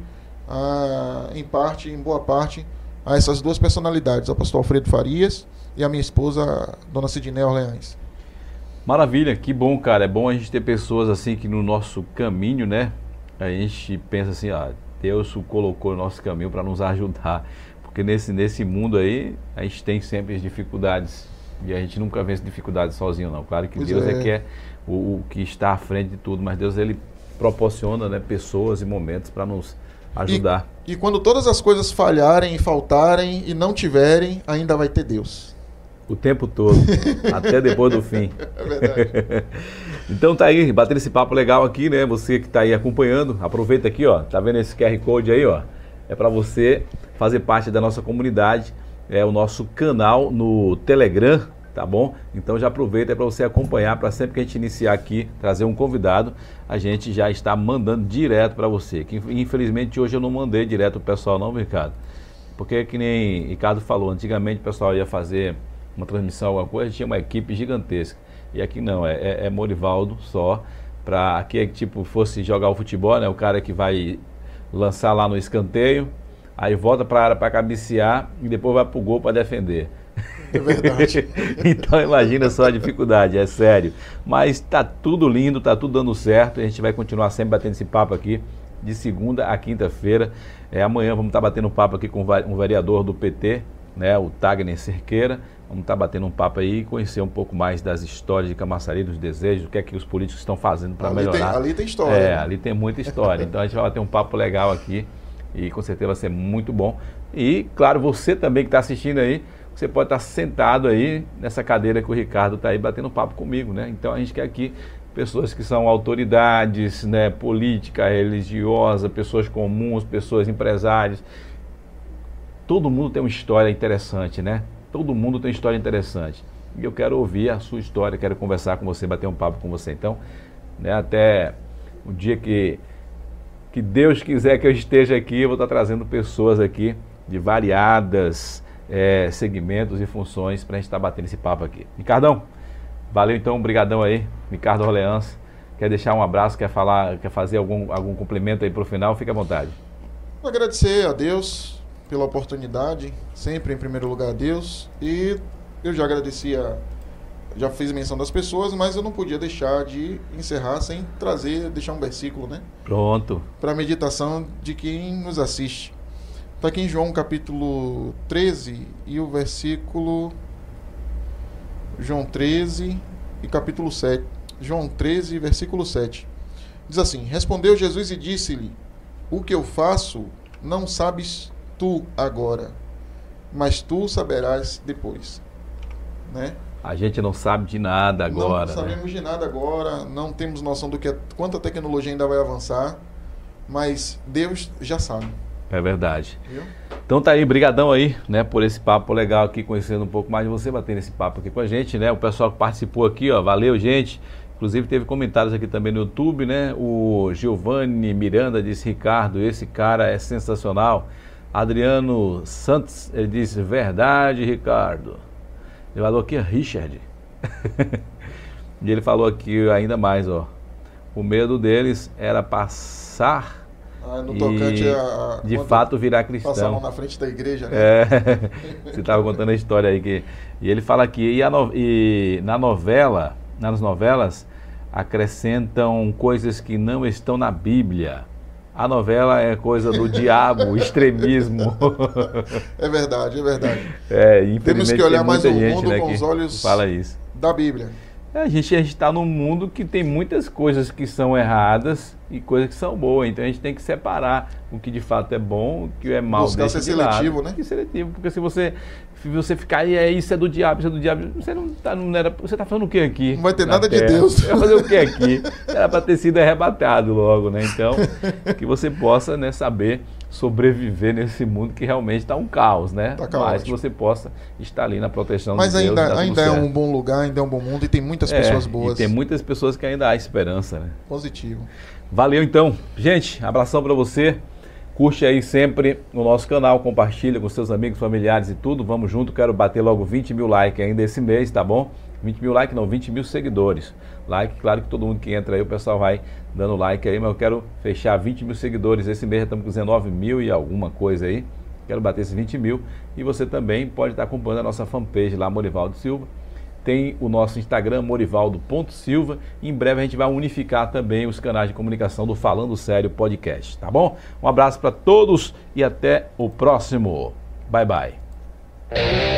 em boa parte, a essas duas personalidades, o pastor Alfredo Farias e a minha esposa, dona Sidney Orleans. Maravilha, que bom, cara. É bom a gente ter pessoas assim que no nosso caminho, né, a gente pensa assim, Deus o colocou no nosso caminho para nos ajudar, porque nesse mundo aí a gente tem sempre as dificuldades e a gente nunca vence dificuldades sozinho, não. Claro que Deus que é o que está à frente de tudo, mas Deus ele proporciona, né, pessoas e momentos para nos ajudar. E quando todas as coisas falharem e faltarem e não tiverem, ainda vai ter Deus. O tempo todo, até depois do fim. É verdade. Então tá aí, batendo esse papo legal aqui, né? Você que tá aí acompanhando, aproveita aqui, ó. Tá vendo esse QR Code aí, ó? É para você fazer parte da nossa comunidade. É o nosso canal no Telegram, tá bom? Então já aproveita para você acompanhar, para sempre que a gente iniciar aqui, trazer um convidado, a gente já está mandando direto para você. Que infelizmente hoje eu não mandei direto o pessoal não, Ricardo. Porque que nem Ricardo falou, antigamente o pessoal ia fazer uma transmissão, alguma coisa, tinha uma equipe gigantesca. E aqui não, é Morivaldo só, para que tipo fosse jogar o futebol, né? O cara que vai lançar lá no escanteio, aí volta para a área para cabecear e depois vai para o gol para defender. É verdade. Então imagina só a dificuldade, é sério. Mas tá tudo lindo, tá tudo dando certo. A gente vai continuar sempre batendo esse papo aqui, de segunda a quinta-feira. Amanhã vamos estar batendo um papo aqui com um vereador do PT, né, o Tagner Cerqueira. Vamos estar batendo um papo aí e conhecer um pouco mais das histórias de Camaçari, dos desejos, o que é que os políticos estão fazendo para melhorar. Ali tem história. Né? Ali tem muita história. Então a gente vai bater um papo legal aqui e com certeza vai ser muito bom. E, claro, você também que está assistindo aí, você pode estar sentado aí nessa cadeira que o Ricardo está aí batendo papo comigo, né? Então a gente quer aqui pessoas que são autoridades, né, política, religiosa, pessoas comuns, pessoas empresários. Todo mundo tem uma história interessante, né? Todo mundo tem história interessante. E eu quero ouvir a sua história, quero conversar com você, bater um papo com você. Então, né, até o dia que Deus quiser que eu esteja aqui, eu vou estar trazendo pessoas aqui de variadas segmentos e funções para a gente estar batendo esse papo aqui. Ricardão, valeu então, brigadão aí. Ricardo Orleans, quer deixar um abraço, quer fazer algum complemento aí para o final? Fique à vontade. Vou agradecer a Deus pela oportunidade, sempre em primeiro lugar a Deus, e eu já já fiz menção das pessoas, mas eu não podia deixar de encerrar sem deixar um versículo, né? Pronto. Para a meditação de quem nos assiste. Está aqui em João capítulo 13 e o versículo... João 13 e capítulo 7. João 13, versículo 7. Diz assim: Respondeu Jesus e disse-lhe: O que eu faço não sabes tu agora, mas tu saberás depois. Né? A gente não sabe de nada agora. Não sabemos de nada agora, não temos noção do quanto a tecnologia ainda vai avançar, mas Deus já sabe. É verdade. Viu? Então tá aí, brigadão aí, né, por esse papo legal aqui, conhecendo um pouco mais de você, batendo esse papo aqui com a gente, né? O pessoal que participou aqui, ó, valeu, gente. Inclusive teve comentários aqui também no YouTube, né? O Giovanni Miranda disse: Ricardo, esse cara é sensacional. Adriano Santos, ele disse: verdade, Ricardo. Ele falou aqui, Richard. E ele falou aqui ainda mais, ó. O medo deles era passar no tocante de fato virar cristão. Passavam na frente da igreja, né? Você estava contando a história aí. E ele fala aqui, nas novelas, acrescentam coisas que não estão na Bíblia. A novela é coisa do diabo, extremismo. É verdade, é verdade. Infelizmente, temos que olhar mais o mundo, né, com os olhos da Bíblia. A gente está num mundo que tem muitas coisas que são erradas e coisas que são boas. Então a gente tem que separar o que de fato é bom, o que é mal. Buscar ser seletivo, né? Seletivo, porque se você ficar isso é do diabo, você você está falando o que aqui? Não vai ter nada de Deus. Vai fazer o que aqui? Era para ter sido arrebatado logo, né? Então, que você possa, né, saber sobreviver nesse mundo que realmente está um caos, né? Tá caótico. Mas que você possa estar ali na proteção Mas de Deus. Mas ainda é um bom lugar, ainda é um bom mundo e tem muitas pessoas boas. E tem muitas pessoas que ainda há esperança, né? Positivo. Valeu então. Gente, abração para você. Curte aí sempre o nosso canal, compartilha com seus amigos, familiares e tudo. Vamos junto, quero bater logo 20 mil likes ainda esse mês, tá bom? 20 mil likes não, 20 mil seguidores. Like, claro que todo mundo que entra aí, o pessoal vai dando like aí, mas eu quero fechar 20 mil seguidores. Esse mês já estamos com 19 mil e alguma coisa aí. Quero bater esses 20 mil. E você também pode estar acompanhando a nossa fanpage lá, Morivaldo Silva. Tem o nosso Instagram, morivaldo.silva. Em breve a gente vai unificar também os canais de comunicação do Falando Sério Podcast, tá bom? Um abraço para todos e até o próximo. Bye, bye.